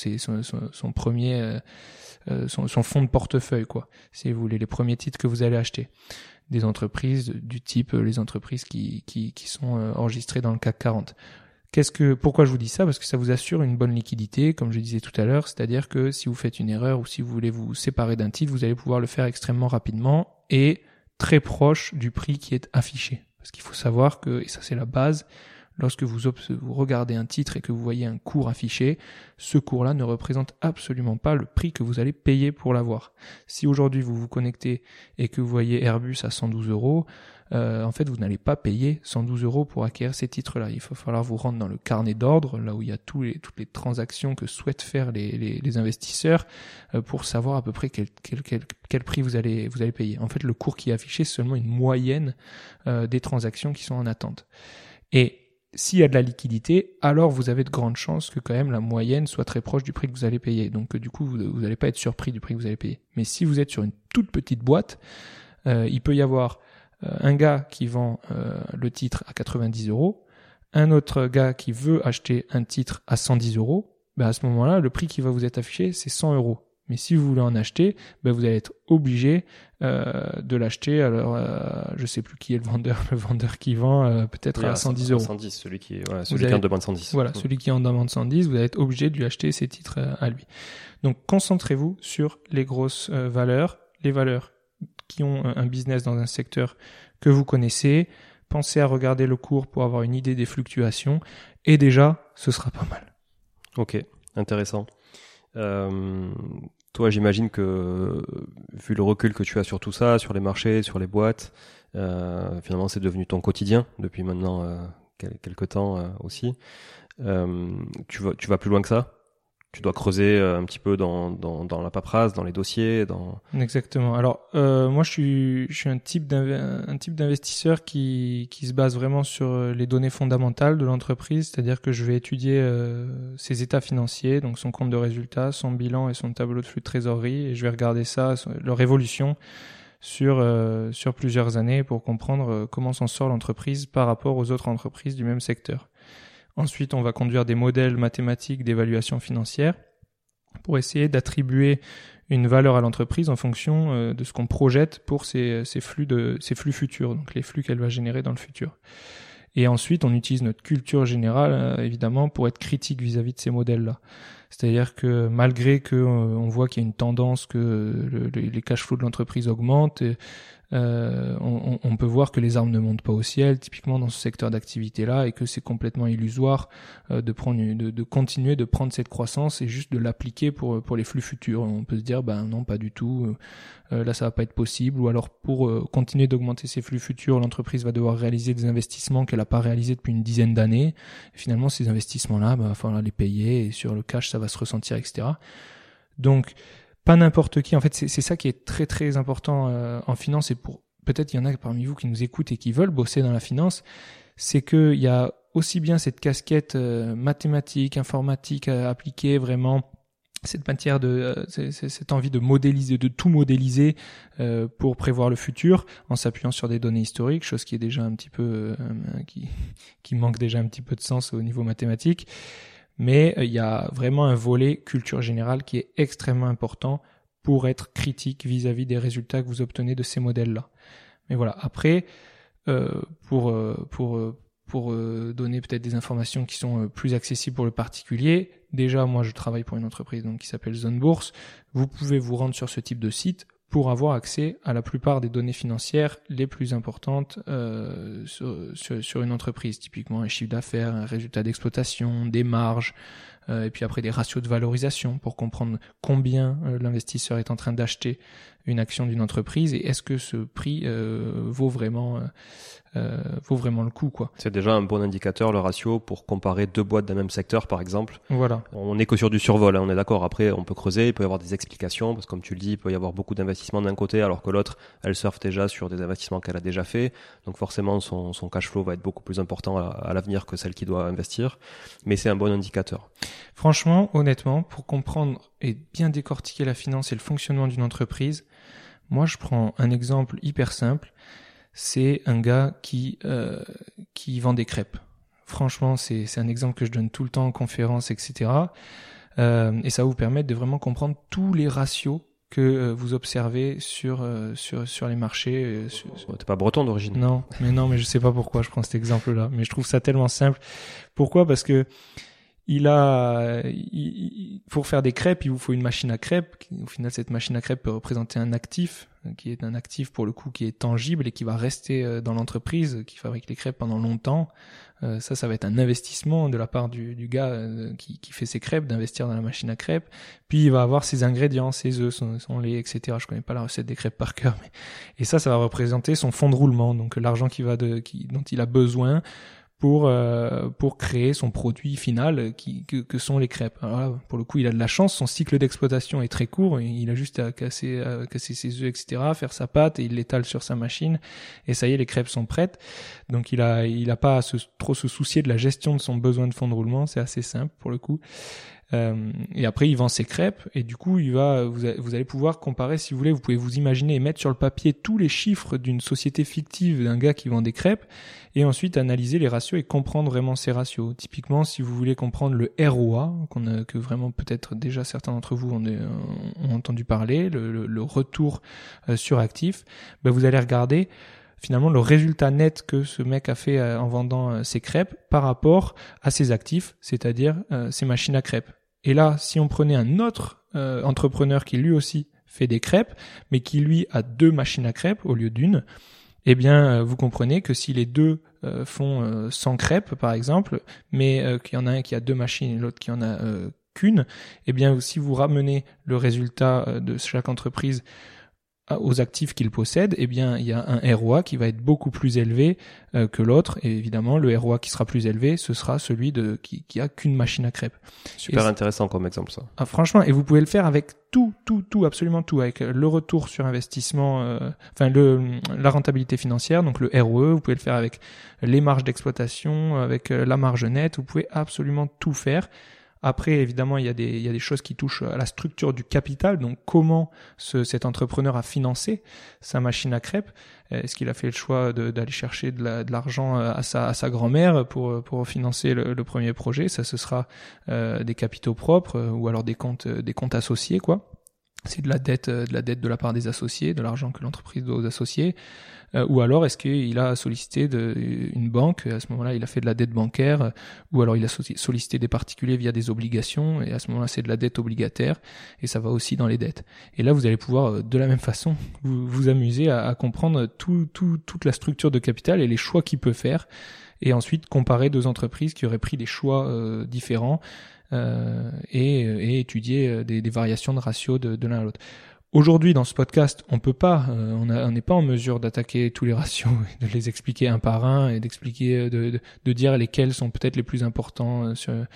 son premier... son fonds de portefeuille, quoi. Si vous voulez, les premiers titres que vous allez acheter. Des entreprises du type les entreprises qui sont enregistrées dans le CAC 40. Pourquoi je vous dis ça? Parce que ça vous assure une bonne liquidité, comme je disais tout à l'heure, c'est-à-dire que si vous faites une erreur ou si vous voulez vous séparer d'un titre, vous allez pouvoir le faire extrêmement rapidement et très proche du prix qui est affiché. Parce qu'il faut savoir que, et ça c'est la base, lorsque vous regardez un titre et que vous voyez un cours affiché, ce cours-là ne représente absolument pas le prix que vous allez payer pour l'avoir. Si aujourd'hui vous vous connectez et que vous voyez Airbus à 112 €, en fait vous n'allez pas payer 112 € pour acquérir ces titres-là. Il va falloir vous rendre dans le carnet d'ordre, là où il y a toutes les transactions que souhaitent faire les investisseurs, pour savoir à peu près quel prix vous allez payer. En fait, le cours qui est affiché, c'est seulement une moyenne des transactions qui sont en attente. Et s'il y a de la liquidité, alors vous avez de grandes chances que quand même la moyenne soit très proche du prix que vous allez payer. Donc du coup, vous n'allez pas être surpris du prix que vous allez payer. Mais si vous êtes sur une toute petite boîte, il peut y avoir un gars qui vend le titre à 90 €, un autre gars qui veut acheter un titre à 110 €. À ce moment-là, le prix qui va vous être affiché, c'est 100 €. Mais si vous voulez en acheter, vous allez être obligé de l'acheter. Alors, je sais plus qui est le vendeur qui vend peut-être à 110 €. 110, celui qui en demande 110. Voilà, celui qui en demande 110, vous allez être obligé de lui acheter ses titres à lui. Donc, concentrez-vous sur les grosses valeurs, les valeurs qui ont un business dans un secteur que vous connaissez. Pensez à regarder le cours pour avoir une idée des fluctuations. Et déjà, ce sera pas mal. Ok, intéressant. Toi, j'imagine que, vu le recul que tu as sur tout ça, sur les marchés, sur les boîtes, finalement, c'est devenu ton quotidien depuis maintenant quelques temps aussi. Tu vas plus loin que ça? Tu dois creuser un petit peu dans la paperasse, dans les dossiers, Exactement. Alors moi je suis un type d'investisseur qui se base vraiment sur les données fondamentales de l'entreprise, c'est-à-dire que je vais étudier ses états financiers, donc son compte de résultat, son bilan et son tableau de flux de trésorerie, et je vais regarder ça, leur évolution sur plusieurs années pour comprendre comment s'en sort l'entreprise par rapport aux autres entreprises du même secteur. Ensuite, on va conduire des modèles mathématiques d'évaluation financière pour essayer d'attribuer une valeur à l'entreprise en fonction de ce qu'on projette pour ces flux futurs, donc les flux qu'elle va générer dans le futur. Et ensuite, on utilise notre culture générale, évidemment, pour être critique vis-à-vis de ces modèles-là. C'est-à-dire que malgré on voit qu'il y a une tendance que les cash flows de l'entreprise augmentent, on peut voir que les arbres ne montent pas au ciel, typiquement dans ce secteur d'activité-là, et que c'est complètement illusoire de continuer de prendre cette croissance et juste de l'appliquer pour les flux futurs. On peut se dire, non, pas du tout, là ça va pas être possible, ou alors pour continuer d'augmenter ses flux futurs, l'entreprise va devoir réaliser des investissements qu'elle n'a pas réalisés depuis une dizaine d'années. Et finalement, ces investissements-là, il va falloir les payer, et sur le cash, ça va se ressentir, etc. Donc, pas n'importe qui. En fait, c'est ça qui est très très important en finance, et peut-être il y en a parmi vous qui nous écoutent et qui veulent bosser dans la finance, c'est qu'il y a aussi bien cette casquette mathématique, informatique appliquée, vraiment cette matière cette envie de modéliser, de tout modéliser pour prévoir le futur en s'appuyant sur des données historiques, chose qui est déjà un petit peu qui manque déjà un petit peu de sens au niveau mathématique. Mais il y a vraiment un volet culture générale qui est extrêmement important pour être critique vis-à-vis des résultats que vous obtenez de ces modèles-là. Mais voilà, après, pour donner peut-être des informations qui sont plus accessibles pour le particulier, déjà, moi, je travaille pour une entreprise donc qui s'appelle Zone Bourse. Vous pouvez vous rendre sur ce type de site pour avoir accès à la plupart des données financières les plus importantes sur une entreprise, typiquement un chiffre d'affaires, un résultat d'exploitation, des marges, et puis après des ratios de valorisation pour comprendre combien l'investisseur est en train d'acheter une action d'une entreprise et est-ce que ce prix vaut vraiment le coup, quoi. C'est déjà un bon indicateur, le ratio, pour comparer deux boîtes d'un même secteur, par exemple. Voilà. On n'est que sur du survol, on est d'accord. Après, on peut creuser, il peut y avoir des explications, parce que comme tu le dis, il peut y avoir beaucoup d'investissements d'un côté, alors que l'autre, elle surfe déjà sur des investissements qu'elle a déjà fait. Donc forcément, son cash flow va être beaucoup plus important à l'avenir que celle qui doit investir. Mais c'est un bon indicateur. Franchement, honnêtement, pour comprendre et bien décortiquer la finance et le fonctionnement d'une entreprise, moi, je prends un exemple hyper simple. C'est un gars qui vend des crêpes. Franchement, c'est un exemple que je donne tout le temps en conférence, etc. Et ça va vous permettre de vraiment comprendre tous les ratios que vous observez sur les marchés. T'es pas breton d'origine? Non, mais je sais pas pourquoi je prends cet exemple-là. Mais je trouve ça tellement simple. Pourquoi? Parce que pour faire des crêpes, il vous faut une machine à crêpes. Au final, cette machine à crêpes peut représenter un actif, qui est un actif pour le coup qui est tangible et qui va rester dans l'entreprise, qui fabrique les crêpes pendant longtemps. Ça va être un investissement de la part du gars qui fait ses crêpes, d'investir dans la machine à crêpes. Puis il va avoir ses ingrédients, ses œufs, son lait, etc. Je connais pas la recette des crêpes par cœur, et ça va représenter son fonds de roulement, donc l'argent dont il a besoin pour créer son produit final que sont les crêpes. Alors là, pour le coup, il a de la chance, son cycle d'exploitation est très court, il a juste à casser ses œufs, etc., faire sa pâte et il l'étale sur sa machine et ça y est, les crêpes sont prêtes. Donc il a pas à trop se soucier de la gestion de son besoin de fond de roulement, c'est assez simple pour le coup. Et après il vend ses crêpes et du coup vous allez pouvoir comparer, si vous voulez, vous pouvez vous imaginer et mettre sur le papier tous les chiffres d'une société fictive d'un gars qui vend des crêpes et ensuite analyser les ratios et comprendre vraiment ces ratios. Typiquement, si vous voulez comprendre le ROA, que vraiment peut-être déjà certains d'entre vous ont entendu parler, le retour sur actif, vous allez regarder finalement le résultat net que ce mec a fait en vendant ses crêpes par rapport à ses actifs, c'est-à-dire ses machines à crêpes. Et là, si on prenait un autre entrepreneur qui lui aussi fait des crêpes, mais qui lui a 2 machines à crêpes au lieu d'une, eh bien, vous comprenez que si les deux font 100 crêpes, par exemple, mais qu'il y en a un qui a 2 machines et l'autre qui en a qu'une, eh bien, si vous ramenez le résultat de chaque entreprise aux actifs qu'il possède, eh bien, il y a un ROA qui va être beaucoup plus élevé que l'autre. Et évidemment, le ROA qui sera plus élevé, ce sera celui qui a qu'une machine à crêpes. Super intéressant comme exemple, ça. Ah, franchement, et vous pouvez le faire avec tout, absolument tout, avec le retour sur investissement, la rentabilité financière, donc le ROE. Vous pouvez le faire avec les marges d'exploitation, avec la marge nette. Vous pouvez absolument tout faire. Après, évidemment, il y a des choses qui touchent à la structure du capital. Donc, comment cet entrepreneur a financé sa machine à crêpes? Est-ce qu'il a fait le choix d'aller chercher de l'argent à sa grand-mère pour financer le premier projet? Ça, ce sera des capitaux propres ou alors des comptes associés, quoi. C'est de la dette de la part des associés, de l'argent que l'entreprise doit aux associés. Ou alors est-ce qu'il a sollicité une banque, à ce moment-là il a fait de la dette bancaire, ou alors il a sollicité des particuliers via des obligations, et à ce moment-là c'est de la dette obligataire, et ça va aussi dans les dettes. Et là vous allez pouvoir de la même façon vous amuser à comprendre toute la structure de capital et les choix qu'il peut faire, et ensuite comparer deux entreprises qui auraient pris des choix différents, et étudier des variations de ratio de l'un à l'autre. Aujourd'hui, dans ce podcast, on peut pas, on n'est pas en mesure d'attaquer tous les ratios, de les expliquer un par un et d'expliquer, de dire lesquels sont peut-être les plus importants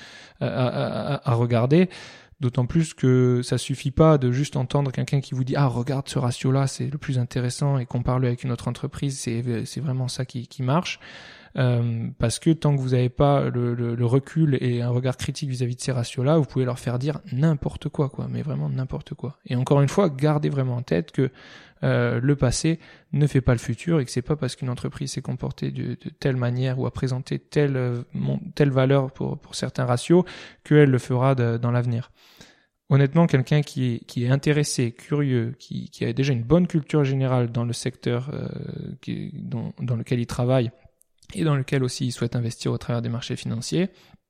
à regarder. D'autant plus que ça suffit pas de juste entendre quelqu'un qui vous dit regarde ce ratio-là, c'est le plus intéressant, et compare-le avec une autre entreprise, c'est vraiment ça qui marche. Parce que tant que vous n'avez pas le recul et un regard critique vis-à-vis de ces ratios-là, vous pouvez leur faire dire n'importe quoi, mais vraiment n'importe quoi. Et encore une fois, gardez vraiment en tête que le passé ne fait pas le futur, et que c'est pas parce qu'une entreprise s'est comportée de telle manière ou a présenté telle valeur pour certains ratios qu'elle le fera dans l'avenir. Honnêtement, quelqu'un qui est intéressé, curieux, qui a déjà une bonne culture générale dans le secteur dans lequel il travaille, et dans lequel aussi il souhaite investir au travers des marchés financiers,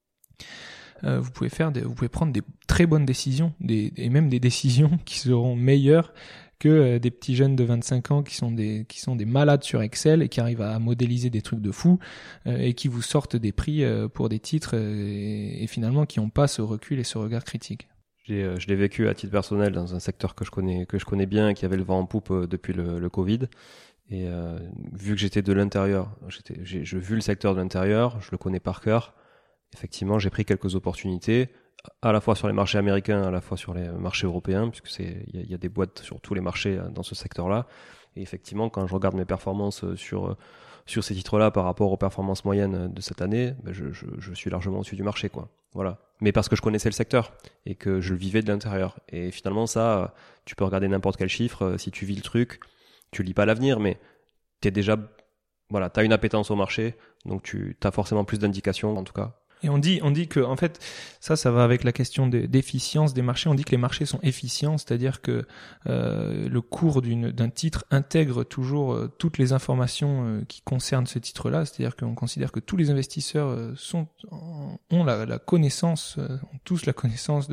vous pouvez prendre des très bonnes décisions, et même des décisions qui seront meilleures que des petits jeunes de 25 ans qui sont des malades sur Excel et qui arrivent à modéliser des trucs de fou, et qui vous sortent des prix pour des titres, et finalement qui n'ont pas ce recul et ce regard critique. Je l'ai vécu à titre personnel dans un secteur que je connais bien et qui avait le vent en poupe depuis le Covid. Et vu que j'étais de l'intérieur, j'ai vu le secteur de l'intérieur, je le connais par cœur. Effectivement, j'ai pris quelques opportunités, à la fois sur les marchés américains, à la fois sur les marchés européens, puisque il y a des boîtes sur tous les marchés dans ce secteur-là. Et effectivement, quand je regarde mes performances sur ces titres-là par rapport aux performances moyennes de cette année, je suis largement au-dessus du marché, quoi. Voilà. Mais parce que je connaissais le secteur et que je le vivais de l'intérieur. Et finalement, ça, tu peux regarder n'importe quel chiffre, si tu vis le truc. Tu lis pas l'avenir, mais t'es déjà, t'as une appétence au marché, donc t'as forcément plus d'indications, en tout cas. Et on dit que, en fait, ça va avec la question d'efficience des marchés. On dit que les marchés sont efficients, c'est-à-dire que le cours d'un titre intègre toujours toutes les informations qui concernent ce titre-là. C'est-à-dire qu'on considère que tous les investisseurs ont la connaissance, ont tous la connaissance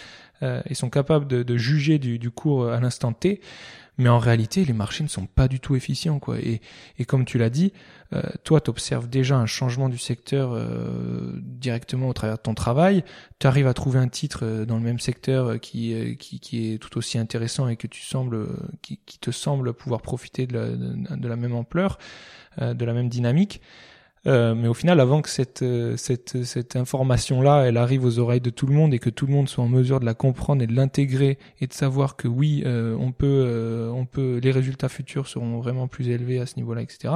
et sont capables de juger du cours à l'instant T. Mais en réalité, les marchés ne sont pas du tout efficients, quoi. Et comme tu l'as dit, toi, t'observes déjà un changement du secteur directement au travers de ton travail. Tu arrives à trouver un titre dans le même secteur qui est tout aussi intéressant et que qui te semble pouvoir profiter de la même ampleur, de la même dynamique. Mais au final, avant que cette information-là, elle arrive aux oreilles de tout le monde et que tout le monde soit en mesure de la comprendre et de l'intégrer et de savoir que oui, on peut, les résultats futurs seront vraiment plus élevés à ce niveau-là, etc.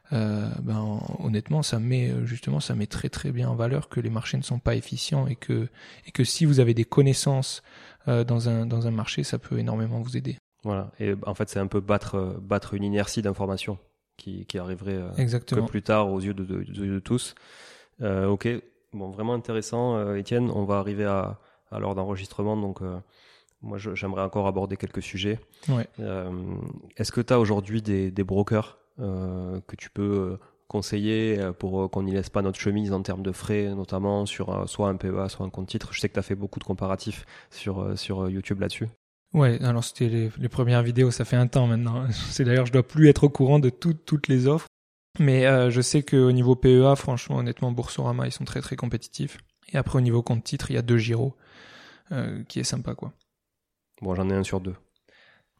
Honnêtement, ça met très très bien en valeur que les marchés ne sont pas efficients et que si vous avez des connaissances dans un marché, ça peut énormément vous aider. Voilà. Et en fait, c'est un peu battre une inertie d'information qui arriverait que plus tard aux yeux de tous. Ok, bon, vraiment intéressant, Étienne. On va arriver à l'heure d'enregistrement, donc moi j'aimerais encore aborder quelques sujets. Ouais. Est-ce que tu as aujourd'hui des brokers que tu peux conseiller pour qu'on n'y laisse pas notre chemise en termes de frais, notamment sur soit un PEA, soit un compte titre? Je sais que tu as fait beaucoup de comparatifs sur YouTube là-dessus. Ouais, alors c'était les premières vidéos, ça fait un temps maintenant. C'est d'ailleurs, je dois plus être au courant de toutes les offres. Mais je sais qu'au niveau PEA, franchement, honnêtement, Boursorama, ils sont très très compétitifs. Et après, au niveau compte titre, il y a 2 Giro, qui est sympa, quoi. Bon, j'en ai un sur 2.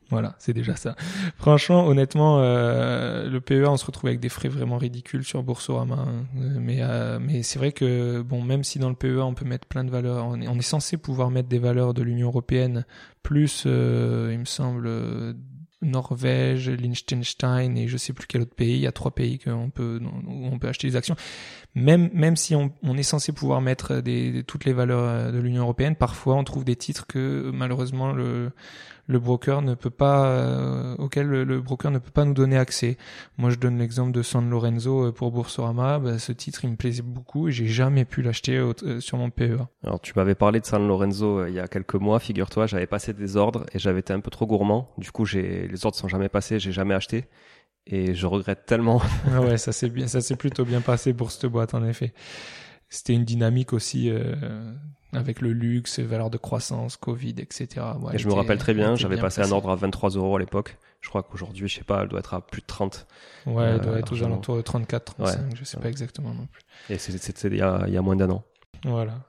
Voilà, c'est déjà ça. Franchement, honnêtement, le PEA, on se retrouve avec des frais vraiment ridicules sur Boursorama. Mais c'est vrai que, bon, même si dans le PEA, on peut mettre plein de valeurs, on est censé pouvoir mettre des valeurs de l'Union européenne, plus, il me semble, Norvège, Liechtenstein et je sais plus quel autre pays. Il y a 3 pays où on peut acheter des actions. Même si on est censé pouvoir mettre toutes les valeurs de l'Union européenne, parfois on trouve des titres que malheureusement le broker ne peut pas auquel le broker ne peut pas nous donner accès. Moi, je donne l'exemple de San Lorenzo pour Boursorama. Ce titre, il me plaisait beaucoup et j'ai jamais pu l'acheter sur mon PEA. Alors, tu m'avais parlé de San Lorenzo il y a quelques mois. Figure-toi, j'avais passé des ordres et j'avais été un peu trop gourmand. Du coup, les ordres sont jamais passés, j'ai jamais acheté et je regrette tellement. Ouais, ça s'est plutôt bien passé pour cette boîte en effet. C'était une dynamique aussi avec le luxe, valeurs de croissance, Covid, etc. Ouais, et je me rappelle très bien, j'avais passé un ordre à 23 € à l'époque. Je crois qu'aujourd'hui, je sais pas, elle doit être à plus de 30. Ouais, elle doit être aux alentours de 34, 35, ouais, je sais pas exactement non plus. Et c'était il y a moins d'un an. Voilà.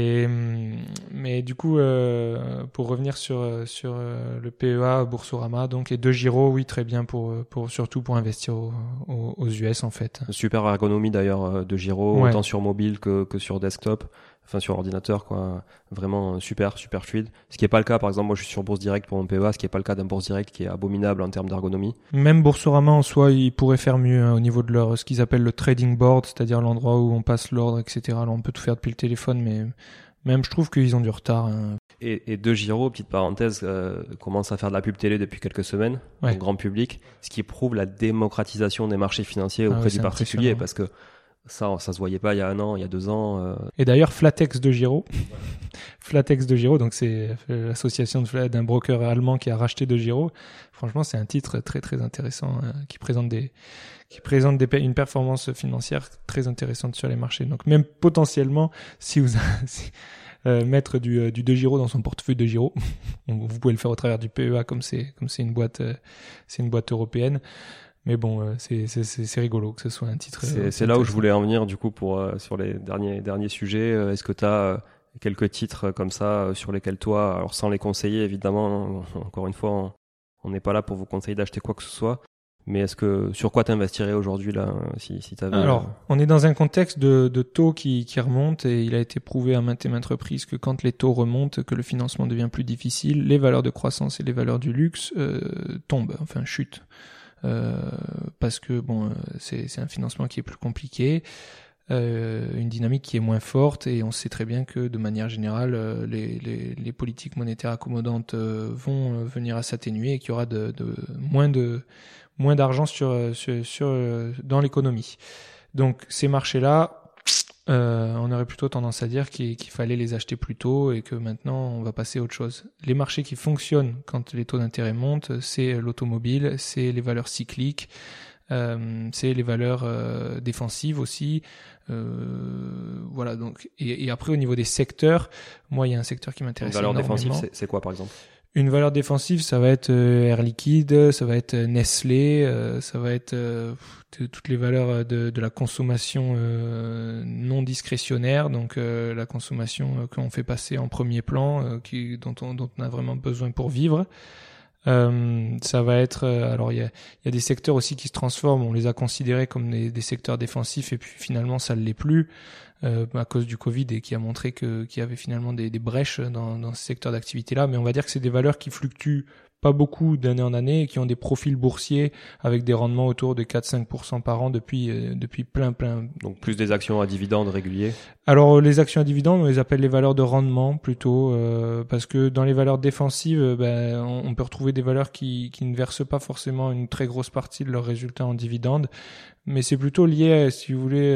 Mais du coup, pour revenir sur le PEA Boursorama, donc et DEGIRO, oui, très bien surtout pour investir aux US en fait. Super ergonomie d'ailleurs DEGIRO, ouais. Autant sur mobile que sur desktop, enfin sur ordinateur quoi. Vraiment super fluide. Ce qui est pas le cas, par exemple, moi je suis sur Bourse Direct pour mon PEA, ce qui est pas le cas d'un Bourse Direct qui est abominable en termes d'ergonomie. Même Boursorama en soi, ils pourraient faire mieux au niveau de ce qu'ils appellent le trading board, c'est-à-dire l'endroit où on passe l'ordre, etc. Alors on peut tout faire depuis le téléphone, mais même je trouve qu'ils ont du retard. Et DEGIRO, petite parenthèse, commence à faire de la pub télé depuis quelques semaines, ouais, au grand public, ce qui prouve la démocratisation des marchés financiers auprès du particulier, parce que ça se voyait pas il y a 1 an, il y a 2 ans. Et d'ailleurs, Flatex DEGIRO, donc c'est l'association d'un broker allemand qui a racheté DEGIRO. Franchement, c'est un titre très très intéressant qui présente une performance financière très intéressante sur les marchés. Donc même potentiellement, si vous mettre du DEGIRO dans son portefeuille DEGIRO, vous pouvez le faire au travers du PEA comme c'est une boîte européenne. Mais bon, c'est rigolo que ce soit un titre. C'est là où je voulais en venir du coup sur les derniers sujets. Est-ce que tu as quelques titres comme ça sur lesquels toi, alors sans les conseiller évidemment, encore une fois, on n'est pas là pour vous conseiller d'acheter quoi que ce soit. Mais sur quoi t'investirais aujourd'hui là, si t'avais... Alors, on est dans un contexte de taux qui remonte et il a été prouvé à maintes et maintes reprises que quand les taux remontent, que le financement devient plus difficile, les valeurs de croissance et les valeurs du luxe chutent. Parce que c'est un financement qui est plus compliqué, une dynamique qui est moins forte et on sait très bien que de manière générale les politiques monétaires accommodantes vont venir à s'atténuer et qu'il y aura moins d'argent dans l'économie. Donc ces marchés-là, on aurait plutôt tendance à dire qu'il fallait les acheter plus tôt et que maintenant on va passer à autre chose. Les marchés qui fonctionnent quand les taux d'intérêt montent, c'est l'automobile, c'est les valeurs cycliques, c'est les valeurs défensives aussi. Voilà, donc et après au niveau des secteurs, moi il y a un secteur qui m'intéresse énormément. Valeur défensive, c'est quoi par exemple? Une valeur défensive, ça va être Air Liquide, ça va être Nestlé, ça va être toutes les valeurs de la consommation non discrétionnaire, donc la consommation qu'on fait passer en premier plan, dont on a vraiment besoin pour vivre. Ça va être alors il y a des secteurs aussi qui se transforment, on les a considérés comme des secteurs défensifs et puis finalement ça ne l'est plus à cause du Covid et qui a montré qu'il y avait finalement des brèches dans ce secteur d'activité-là, mais on va dire que c'est des valeurs qui fluctuent pas beaucoup d'année en année et qui ont des profils boursiers avec des rendements autour de 4-5% par an depuis plein. Donc plus des actions à dividendes réguliers. Alors les actions à dividendes, on les appelle les valeurs de rendement plutôt, parce que dans les valeurs défensives, on peut retrouver des valeurs qui ne versent pas forcément une très grosse partie de leurs résultats en dividendes, mais c'est plutôt lié, si vous voulez,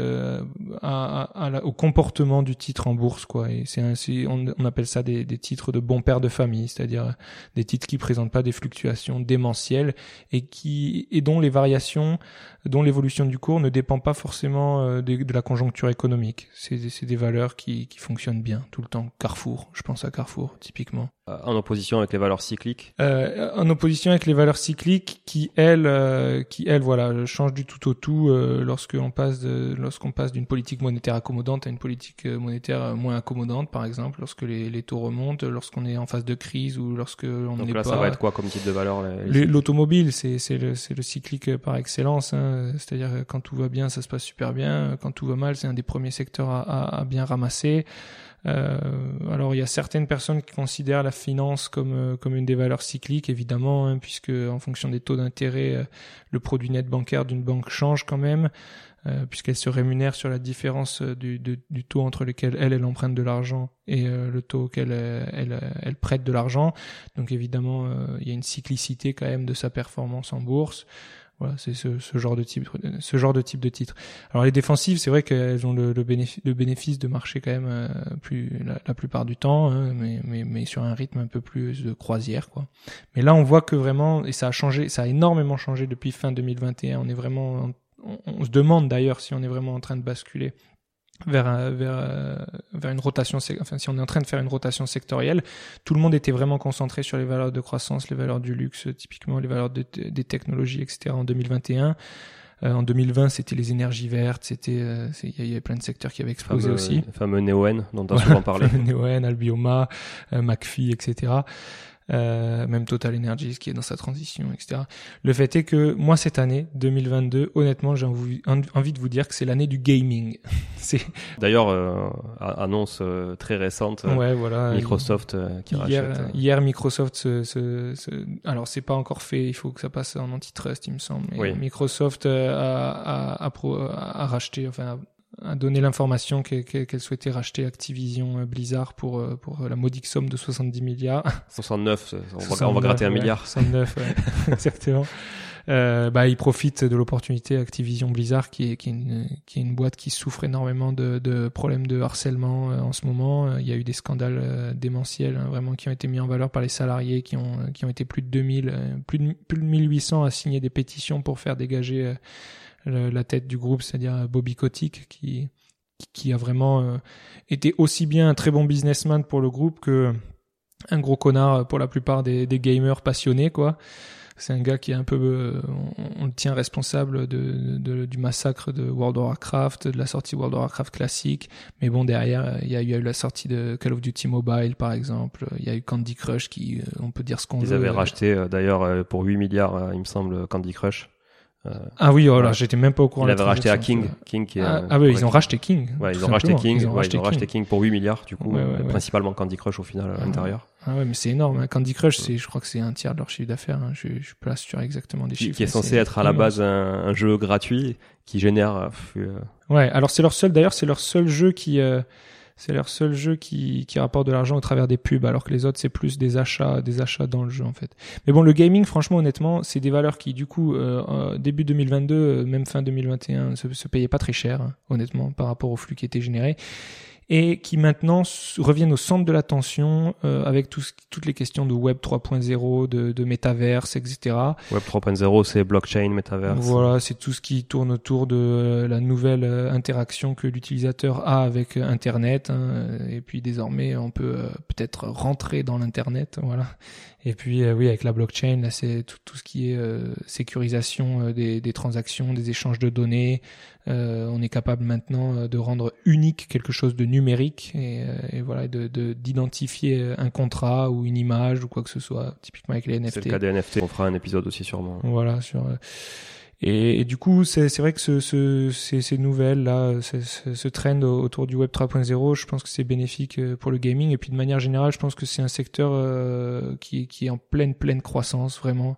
au comportement du titre en bourse, quoi. Et on appelle ça des titres de bons pères de famille, c'est-à-dire des titres qui présentent pas des fluctuations démentielles et dont les variations, dont l'évolution du cours ne dépend pas forcément de la conjoncture économique. C'est des valeurs qui fonctionnent bien tout le temps. Carrefour, je pense à Carrefour typiquement. En opposition avec les valeurs cycliques. En opposition avec les valeurs cycliques qui elles, voilà, changent du tout au tout lorsqu'on passe d'une politique monétaire accommodante à une politique monétaire moins accommodante, par exemple, lorsque les taux remontent, lorsqu'on est en phase de crise ou lorsque on n'est pas. Donc là, ça va être quoi comme type de valeur? L'automobile, c'est le cyclique par excellence, hein. C'est-à-dire que quand tout va bien, ça se passe super bien. Quand tout va mal, c'est un des premiers secteurs à bien ramasser. Alors il y a certaines personnes qui considèrent la finance comme une des valeurs cycliques, évidemment, hein, puisque en fonction des taux d'intérêt, le produit net bancaire d'une banque change quand même, puisqu'elle se rémunère sur la différence du taux entre lequel elle emprunte de l'argent et le taux auquel elle prête de l'argent. Donc évidemment, il y a une cyclicité quand même de sa performance en bourse. Voilà, c'est ce genre de type de titre. Alors les défensives, c'est vrai qu'elles ont le bénéfice de marcher quand même la plupart du temps, hein, mais sur un rythme un peu plus de croisière, quoi. Mais là, on voit que vraiment, et ça a énormément changé depuis fin 2021. On se demande d'ailleurs si on est vraiment en train de basculer vers une rotation, enfin si on est en train de faire une rotation sectorielle. Tout le monde était vraiment concentré sur les valeurs de croissance, les valeurs du luxe, typiquement les valeurs des technologies, etc. en 2021. En 2020, c'était les énergies vertes, il y avait plein de secteurs qui avaient explosé aussi. Le fameux Neoen dont tu as souvent parlé. Neoen, Albioma, McPhee, etc. Même Total Energies qui est dans sa transition, etc. Le fait est que moi, cette année 2022, honnêtement, j'ai envie de vous dire que c'est l'année du gaming. D'ailleurs, annonce très récente, ouais, voilà, Microsoft qui rachète. Hier, Microsoft alors c'est pas encore fait, il faut que ça passe en antitrust, il me semble. Mais oui. Microsoft a racheté, enfin a donné l'information qu'elle souhaitait racheter Activision Blizzard pour la modique somme de 70 milliards. 69, on va gratter un milliard. 69, ouais, exactement. Il profite de l'opportunité Activision Blizzard qui est une boîte qui souffre énormément de problèmes de harcèlement en ce moment. Il y a eu des scandales démentiels, hein, vraiment, qui ont été mis en valeur par les salariés, qui ont été plus de 2000, plus de 1800 à signer des pétitions pour faire dégager la tête du groupe, c'est-à-dire Bobby Kotick, qui a vraiment été aussi bien un très bon businessman pour le groupe que un gros connard pour la plupart des gamers passionnés, quoi. C'est un gars qui est un peu, on le tient responsable du massacre de World of Warcraft, de la sortie World of Warcraft classique. Mais bon, derrière, il y a eu la sortie de Call of Duty Mobile, par exemple. Il y a eu Candy Crush qui, on peut dire ce qu'on veut. Ils avaient racheté, d'ailleurs, pour 8 milliards, il me semble, Candy Crush. Ah oui, voilà, j'étais même pas au courant. Ils avaient racheté à King. King qui est, oui, ils ont racheté King. Ouais, ils ont racheté King pour 8 milliards, du coup, principalement Candy Crush au final à l'intérieur. Ah ouais, mais c'est énorme, hein. Candy Crush, je crois que c'est un tiers de leur chiffre d'affaires, hein. Je suis pas sûr exactement des chiffres. Qui est censé être à la base un jeu gratuit qui génère, Ouais, alors c'est leur seul jeu qui rapporte de l'argent au travers des pubs, alors que les autres, c'est plus des achats dans le jeu, en fait. Mais bon, le gaming, franchement, honnêtement, c'est des valeurs qui, du coup, début 2022, même fin 2021, se payaient pas très cher, hein, honnêtement, par rapport au flux qui était généré. Et qui maintenant reviennent au centre de l'attention avec toutes les questions de Web 3.0, de métaverse, etc. Web 3.0, c'est blockchain, métaverse. Voilà, c'est tout ce qui tourne autour de la nouvelle interaction que l'utilisateur a avec Internet, hein. Et puis désormais, on peut peut-être rentrer dans l'Internet, voilà. Et puis oui, avec la blockchain, là, c'est tout ce qui est sécurisation des transactions, des échanges de données. On est capable maintenant de rendre unique quelque chose de numérique et voilà, d'identifier un contrat ou une image ou quoi que ce soit, typiquement avec les NFT. C'est le cas des NFT, on fera un épisode aussi sûrement. Voilà, et du coup, c'est vrai que ces nouvelles là, ce trend autour du Web 3.0, je pense que c'est bénéfique pour le gaming, et puis de manière générale, je pense que c'est un secteur qui est en pleine croissance, vraiment.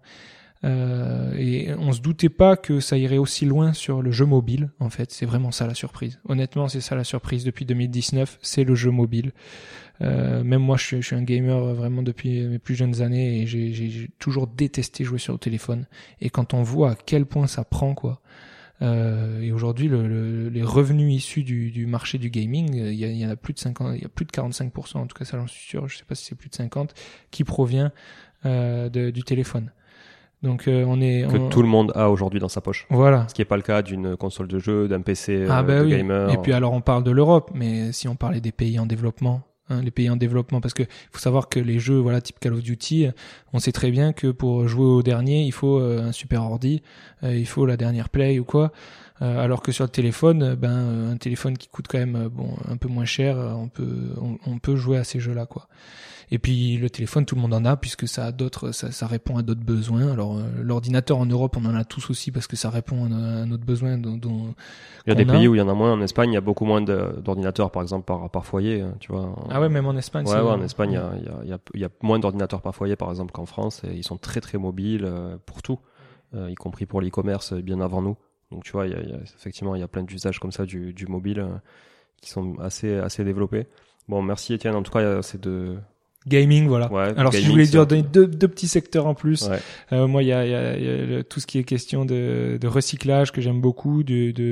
Et on se doutait pas que ça irait aussi loin sur le jeu mobile, en fait. C'est vraiment ça la surprise. Honnêtement, c'est ça la surprise depuis 2019, c'est le jeu mobile. Même moi, je suis un gamer vraiment depuis mes plus jeunes années, et j'ai toujours détesté jouer sur le téléphone. Et quand on voit à quel point ça prend, quoi. Et aujourd'hui, les revenus issus du marché du gaming, il y en a plus de 50, il y a plus de 45%, en tout cas ça j'en suis sûr, je sais pas si c'est plus de 50, qui provient du téléphone. Donc tout le monde a aujourd'hui dans sa poche. Voilà. Ce qui est pas le cas d'une console de jeu, d'un PC oui. gamer. Et puis alors on parle de l'Europe, mais si on parlait des pays en développement, hein, les pays en développement, parce que faut savoir que les jeux, voilà, type Call of Duty, on sait très bien que pour jouer au dernier, il faut un super ordi, il faut la dernière play ou quoi. Alors que sur le téléphone, un téléphone qui coûte quand même un peu moins cher, on peut jouer à ces jeux-là, quoi. Et puis le téléphone, tout le monde en a puisque ça répond à d'autres besoins. Alors l'ordinateur en Europe, on en a tous aussi parce que ça répond à un autre besoin dont il y a des pays où il y en a moins. En Espagne, il y a beaucoup moins d'ordinateurs, par exemple, par foyer, tu vois. Ah ouais, même en Espagne. Ouais, en Espagne, il y a moins d'ordinateurs par foyer, par exemple, qu'en France. Et ils sont très très mobiles pour tout, y compris pour l'e-commerce bien avant nous. Donc tu vois, effectivement, il y a plein d'usages comme ça du mobile qui sont assez développés. Bon, merci Étienne. En tout cas, c'est de gaming, voilà. Ouais, alors gaming, si je voulais dire donner deux petits secteurs en plus, ouais. Moi il y a tout ce qui est question de recyclage que j'aime beaucoup,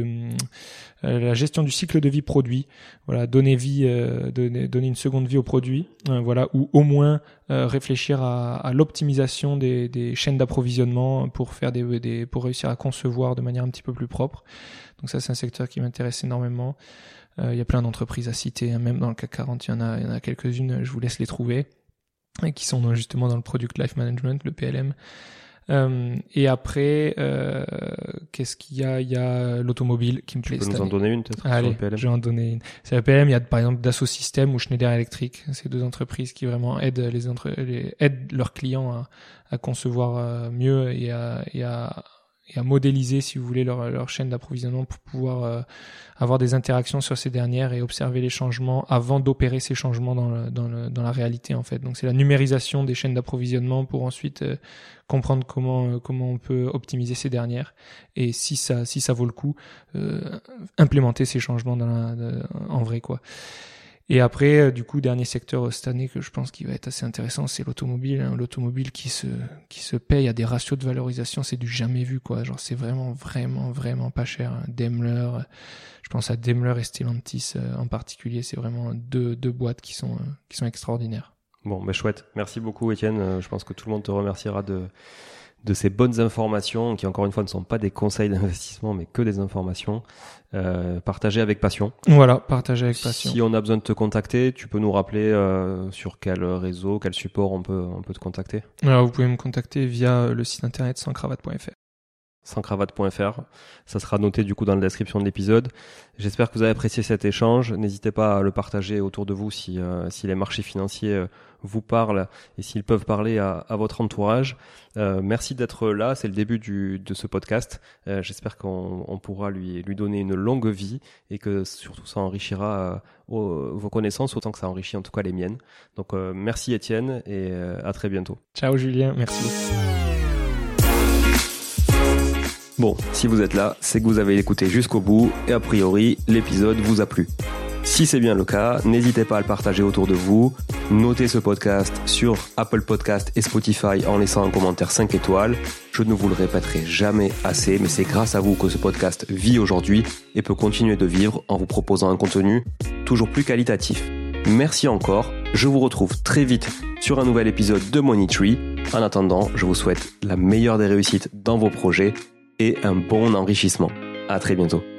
la gestion du cycle de vie produit, voilà, donner une seconde vie au produit, voilà, ou au moins réfléchir à l'optimisation des chaînes d'approvisionnement pour faire pour réussir à concevoir de manière un petit peu plus propre. Donc ça c'est un secteur qui m'intéresse énormément. Il y a plein d'entreprises à citer, hein, même dans le CAC 40, il y en a quelques-unes, je vous laisse les trouver, qui sont justement dans le Product Life Management, le PLM. Et après, qu'est-ce qu'il y a ? Il y a l'automobile qui me plaît. Tu peux nous en donner une peut-être? Allez, je vais en donner une. C'est le PLM, il y a par exemple Dassault Systèmes ou Schneider Electric. C'est deux entreprises qui vraiment aident aident leurs clients à concevoir mieux et à modéliser, si vous voulez, leur chaîne d'approvisionnement pour pouvoir avoir des interactions sur ces dernières et observer les changements avant d'opérer ces changements dans la réalité, en fait. Donc c'est la numérisation des chaînes d'approvisionnement pour ensuite comprendre comment on peut optimiser ces dernières et si ça vaut le coup implémenter ces changements en vrai, quoi. Et après, du coup, dernier secteur cette année que je pense qui va être assez intéressant, c'est l'automobile. Hein. L'automobile qui se paye à des ratios de valorisation, c'est du jamais vu, quoi. Genre, c'est vraiment, vraiment, vraiment pas cher. Hein. Daimler, je pense à Daimler et Stellantis en particulier, c'est vraiment deux boîtes qui sont extraordinaires. Bon, mais chouette. Merci beaucoup, Étienne. Je pense que tout le monde te remerciera de ces bonnes informations qui, encore une fois, ne sont pas des conseils d'investissement, mais que des informations partagées avec passion. Voilà, partagées avec passion. Si on a besoin de te contacter, tu peux nous rappeler sur quel réseau, quel support on peut te contacter? Alors, vous pouvez me contacter via le site internet sanscravate.fr. Sanscravate.fr. Ça sera noté du coup dans la description de l'épisode. J'espère que vous avez apprécié cet échange. N'hésitez pas à le partager autour de vous si les marchés financiers vous parlent et s'ils peuvent parler à votre entourage. Merci d'être là. C'est le début de ce podcast. J'espère qu'on pourra lui donner une longue vie et que surtout ça enrichira vos connaissances autant que ça enrichit en tout cas les miennes. Donc merci Étienne et à très bientôt. Ciao Julien, merci. Bon, si vous êtes là, c'est que vous avez écouté jusqu'au bout et a priori, l'épisode vous a plu. Si c'est bien le cas, n'hésitez pas à le partager autour de vous. Notez ce podcast sur Apple Podcast et Spotify en laissant un commentaire 5 étoiles. Je ne vous le répéterai jamais assez, mais c'est grâce à vous que ce podcast vit aujourd'hui et peut continuer de vivre en vous proposant un contenu toujours plus qualitatif. Merci encore, je vous retrouve très vite sur un nouvel épisode de Money Tree. En attendant, je vous souhaite la meilleure des réussites dans vos projets et un bon enrichissement. À très bientôt.